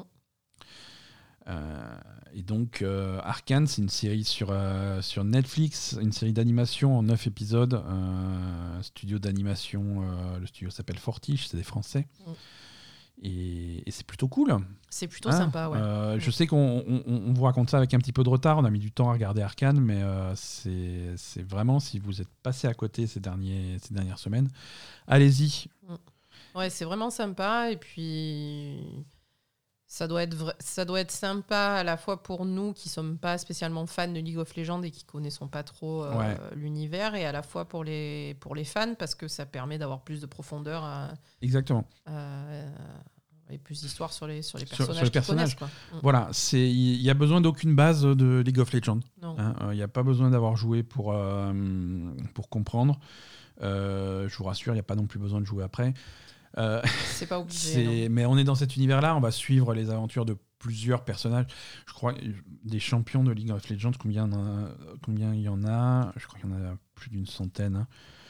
Et donc Arcane, c'est une série sur Netflix, une série d'animation en 9 épisodes, studio d'animation, le studio s'appelle Fortiche, c'est des Français. Et c'est plutôt cool. C'est plutôt sympa, ouais. Je sais qu'on vous raconte ça avec un petit peu de retard, on a mis du temps à regarder Arcane, mais c'est vraiment, si vous êtes passé à côté ces dernières semaines, allez-y. Ouais, c'est vraiment sympa, et puis... Ça doit être sympa à la fois pour nous qui ne sommes pas spécialement fans de League of Legends et qui ne connaissons pas trop l'univers, et à la fois pour les fans, parce que ça permet d'avoir plus de profondeur. Exactement. Et plus d'histoire sur les personnages qu'ils connaissent, quoi. Voilà, il n'y a besoin d'aucune base de League of Legends. Il n'y a pas besoin d'avoir joué pour comprendre. Je vous rassure, il n'y a pas non plus besoin de jouer après. C'est pas obligé. Mais on est dans cet univers-là, on va suivre les aventures de plusieurs personnages. Je crois des champions de League of Legends, combien il y en a? Je crois qu'il y en a plus d'une centaine.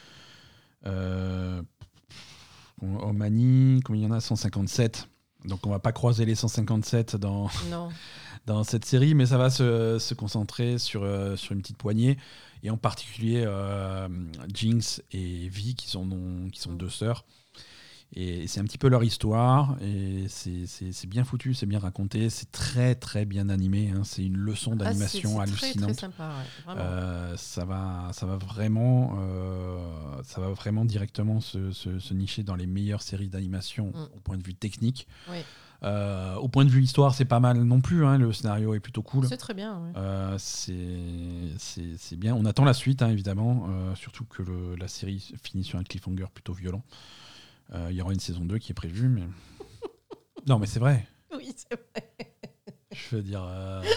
Omani, combien il y en a? 157. Donc on va pas croiser les 157 dans cette série, mais ça va se concentrer sur une petite poignée, et en particulier Jinx et Vi qui sont deux sœurs. Et c'est un petit peu leur histoire, et c'est bien foutu, c'est bien raconté, c'est très très bien animé, c'est une leçon d'animation hallucinante. Très, très sympa, ouais, ça va vraiment directement se nicher dans les meilleures séries d'animation au point de vue technique. Oui. Au point de vue histoire, c'est pas mal non plus, le scénario est plutôt cool. C'est très bien. Ouais. C'est bien. On attend la suite, évidemment, surtout que la série finit sur un cliffhanger plutôt violent. Il y aura une saison 2 qui est prévue, mais... Non, mais c'est vrai. Oui, c'est vrai. Je veux dire...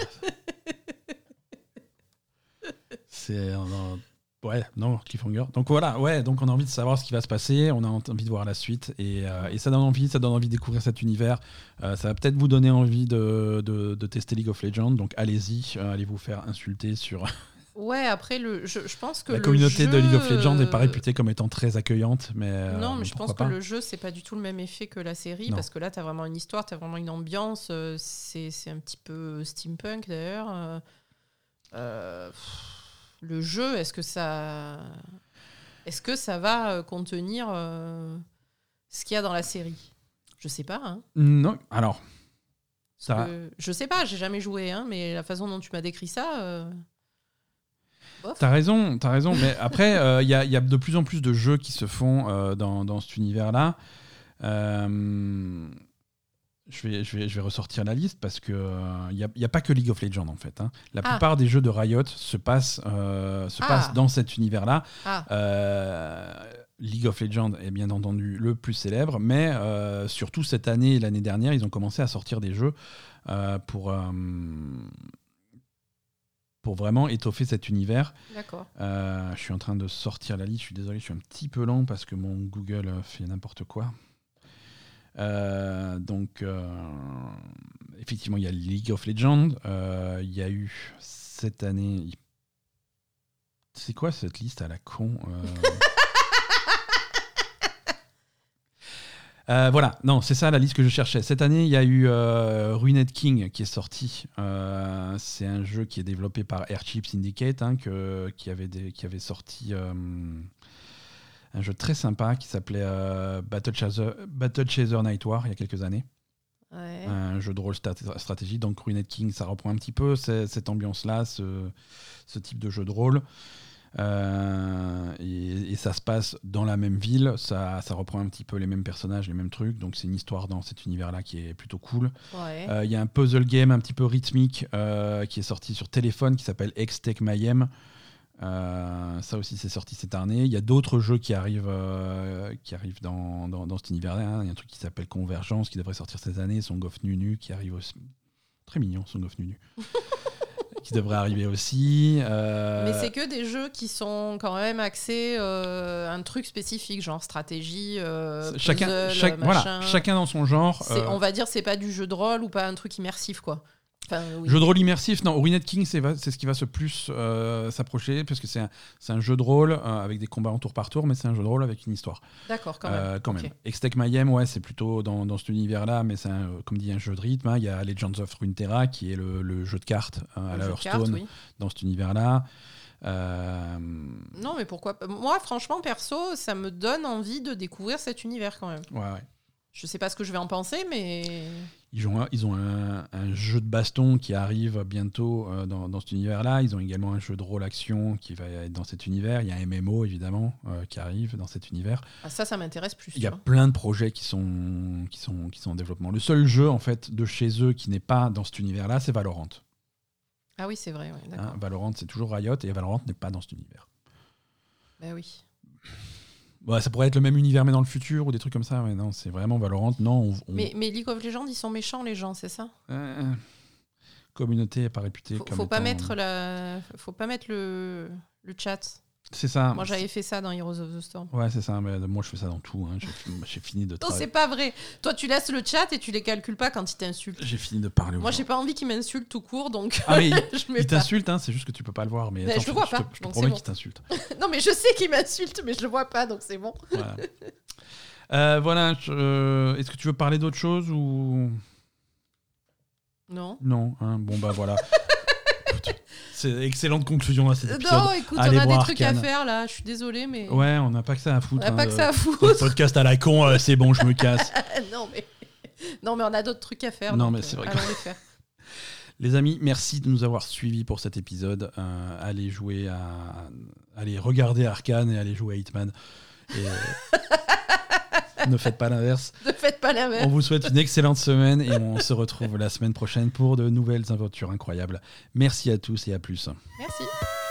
C'est... cliffhanger. Donc voilà, donc on a envie de savoir ce qui va se passer, on a envie de voir la suite, et ça donne envie de découvrir cet univers. Ça va peut-être vous donner envie de tester League of Legends, donc allez-y, allez vous faire insulter sur... Ouais, après, je pense que la communauté de League of Legends n'est pas réputée réputée comme étant très accueillante, mais non, mais je pense pas. Que le jeu, c'est pas du tout le même effet que la série, parce que là, t'as vraiment une histoire, t'as vraiment une ambiance, c'est un petit peu steampunk d'ailleurs. Le jeu, est-ce que ça va contenir ce qu'il y a dans la série? Je sais pas. Non, alors... Je sais pas, j'ai jamais joué, mais la façon dont tu m'as décrit ça... T'as raison, mais après, il y a de plus en plus de jeux qui se font dans cet univers-là. Je vais ressortir la liste, parce que il y a pas que League of Legends, en fait. La plupart des jeux de Riot se passent dans cet univers-là. League of Legends est bien entendu le plus célèbre, mais surtout cette année et l'année dernière, ils ont commencé à sortir des jeux pour vraiment étoffer cet univers. D'accord. Je suis en train de sortir la liste, je suis désolé, je suis un petit peu lent parce que mon Google fait n'importe quoi. Effectivement, il y a League of Legends, il y a eu cette année... C'est quoi cette liste à la con Voilà, non, c'est ça la liste que je cherchais. Cette année, il y a eu Ruined King qui est sorti. C'est un jeu qui est développé par Airchip Syndicate, qui avait sorti un jeu très sympa qui s'appelait Battle Chaser Night War il y a quelques années. Ouais. Un jeu de rôle stratégie. Donc Ruined King, ça reprend un petit peu cette ambiance-là, ce type de jeu de rôle. Et ça se passe dans la même ville, ça reprend un petit peu les mêmes personnages, les mêmes trucs, donc c'est une histoire dans cet univers-là qui est plutôt cool. Il y a un puzzle game un petit peu rythmique qui est sorti sur téléphone qui s'appelle X-Tech Mayhem. Ça aussi c'est sorti cette année. Il y a d'autres jeux qui arrivent dans cet univers-là. Il y a un truc qui s'appelle Convergence qui devrait sortir cette année, Song of Nunu qui arrive aussi. Très mignon, Song of Nunu. Qui devrait arriver aussi. Mais c'est que des jeux qui sont quand même axés un truc spécifique, genre stratégie, puzzle, voilà, chacun dans son genre. On va dire c'est pas du jeu de rôle ou pas un truc immersif, quoi. Enfin, oui. Jeu de rôle immersif, non. Ruined King, c'est ce qui va se plus s'approcher, parce que c'est un jeu de rôle avec des combats en tour par tour, mais c'est un jeu de rôle avec une histoire. D'accord, quand même. Okay. X-Tech Mayhem, ouais, c'est plutôt dans cet univers-là, mais c'est comme dit un jeu de rythme. Hein. Il y a Legends of Runeterra, qui est le jeu de cartes à la Hearthstone, dans cet univers-là. Non, mais pourquoi pas. Moi, franchement, perso, ça me donne envie de découvrir cet univers quand même. Ouais. Je sais pas ce que je vais en penser, mais... Ils ont un jeu de baston qui arrive bientôt dans cet univers-là. Ils ont également un jeu de rôle-action qui va être dans cet univers. Il y a un MMO, évidemment, qui arrive dans cet univers. Ah, ça m'intéresse plus. Il y a plein de projets qui sont en développement. Le seul jeu, en fait, de chez eux qui n'est pas dans cet univers-là, c'est Valorant. Ah oui, c'est vrai, ouais, d'accord. Hein, Valorant, c'est toujours Riot, et Valorant n'est pas dans cet univers. Ben oui. Ouais, ça pourrait être le même univers, mais dans le futur, ou des trucs comme ça. Mais non, c'est vraiment Valorant. Non, Mais League of Legends, ils sont méchants, les gens, c'est ça ? Communauté n'est pas réputée comme faut pas mettre le chat. C'est ça. Moi, j'avais fait ça dans Heroes of the Storm. Ouais, c'est ça. Mais moi, je fais ça dans tout. Hein. J'ai fini de travailler. Non, c'est pas vrai. Toi, tu laisses le chat et tu les calcules pas quand ils t'insultent. J'ai fini de parler. Moi, j'ai pas envie qu'ils m'insultent tout court, donc. Ah, mais il t'insulte, hein, c'est juste que tu peux pas le voir. Mais attends, je le vois pas. Je te promets qu'il t'insulte. Non, mais je sais qu'il m'insulte, mais je le vois pas, donc c'est bon. Voilà. Est-ce que tu veux parler d'autre chose ou non. Non. Hein, bon bah voilà. C'est excellente conclusion à cet épisode. Non, écoute, on a des trucs à faire là. Je suis désolée, mais. Ouais, on n'a pas que ça à foutre. On n'a pas que ça à foutre. Le podcast à la con, c'est bon, je me casse. non, mais on a d'autres trucs à faire. Non, donc, mais c'est vrai. Allons les faire. Les amis, merci de nous avoir suivis pour cet épisode. Allez regarder Arcane et allez jouer à Hitman. Et ne faites pas l'inverse. Ne faites pas l'inverse. On vous souhaite une excellente semaine et on se retrouve la semaine prochaine pour de nouvelles aventures incroyables. Merci à tous et à plus. Merci.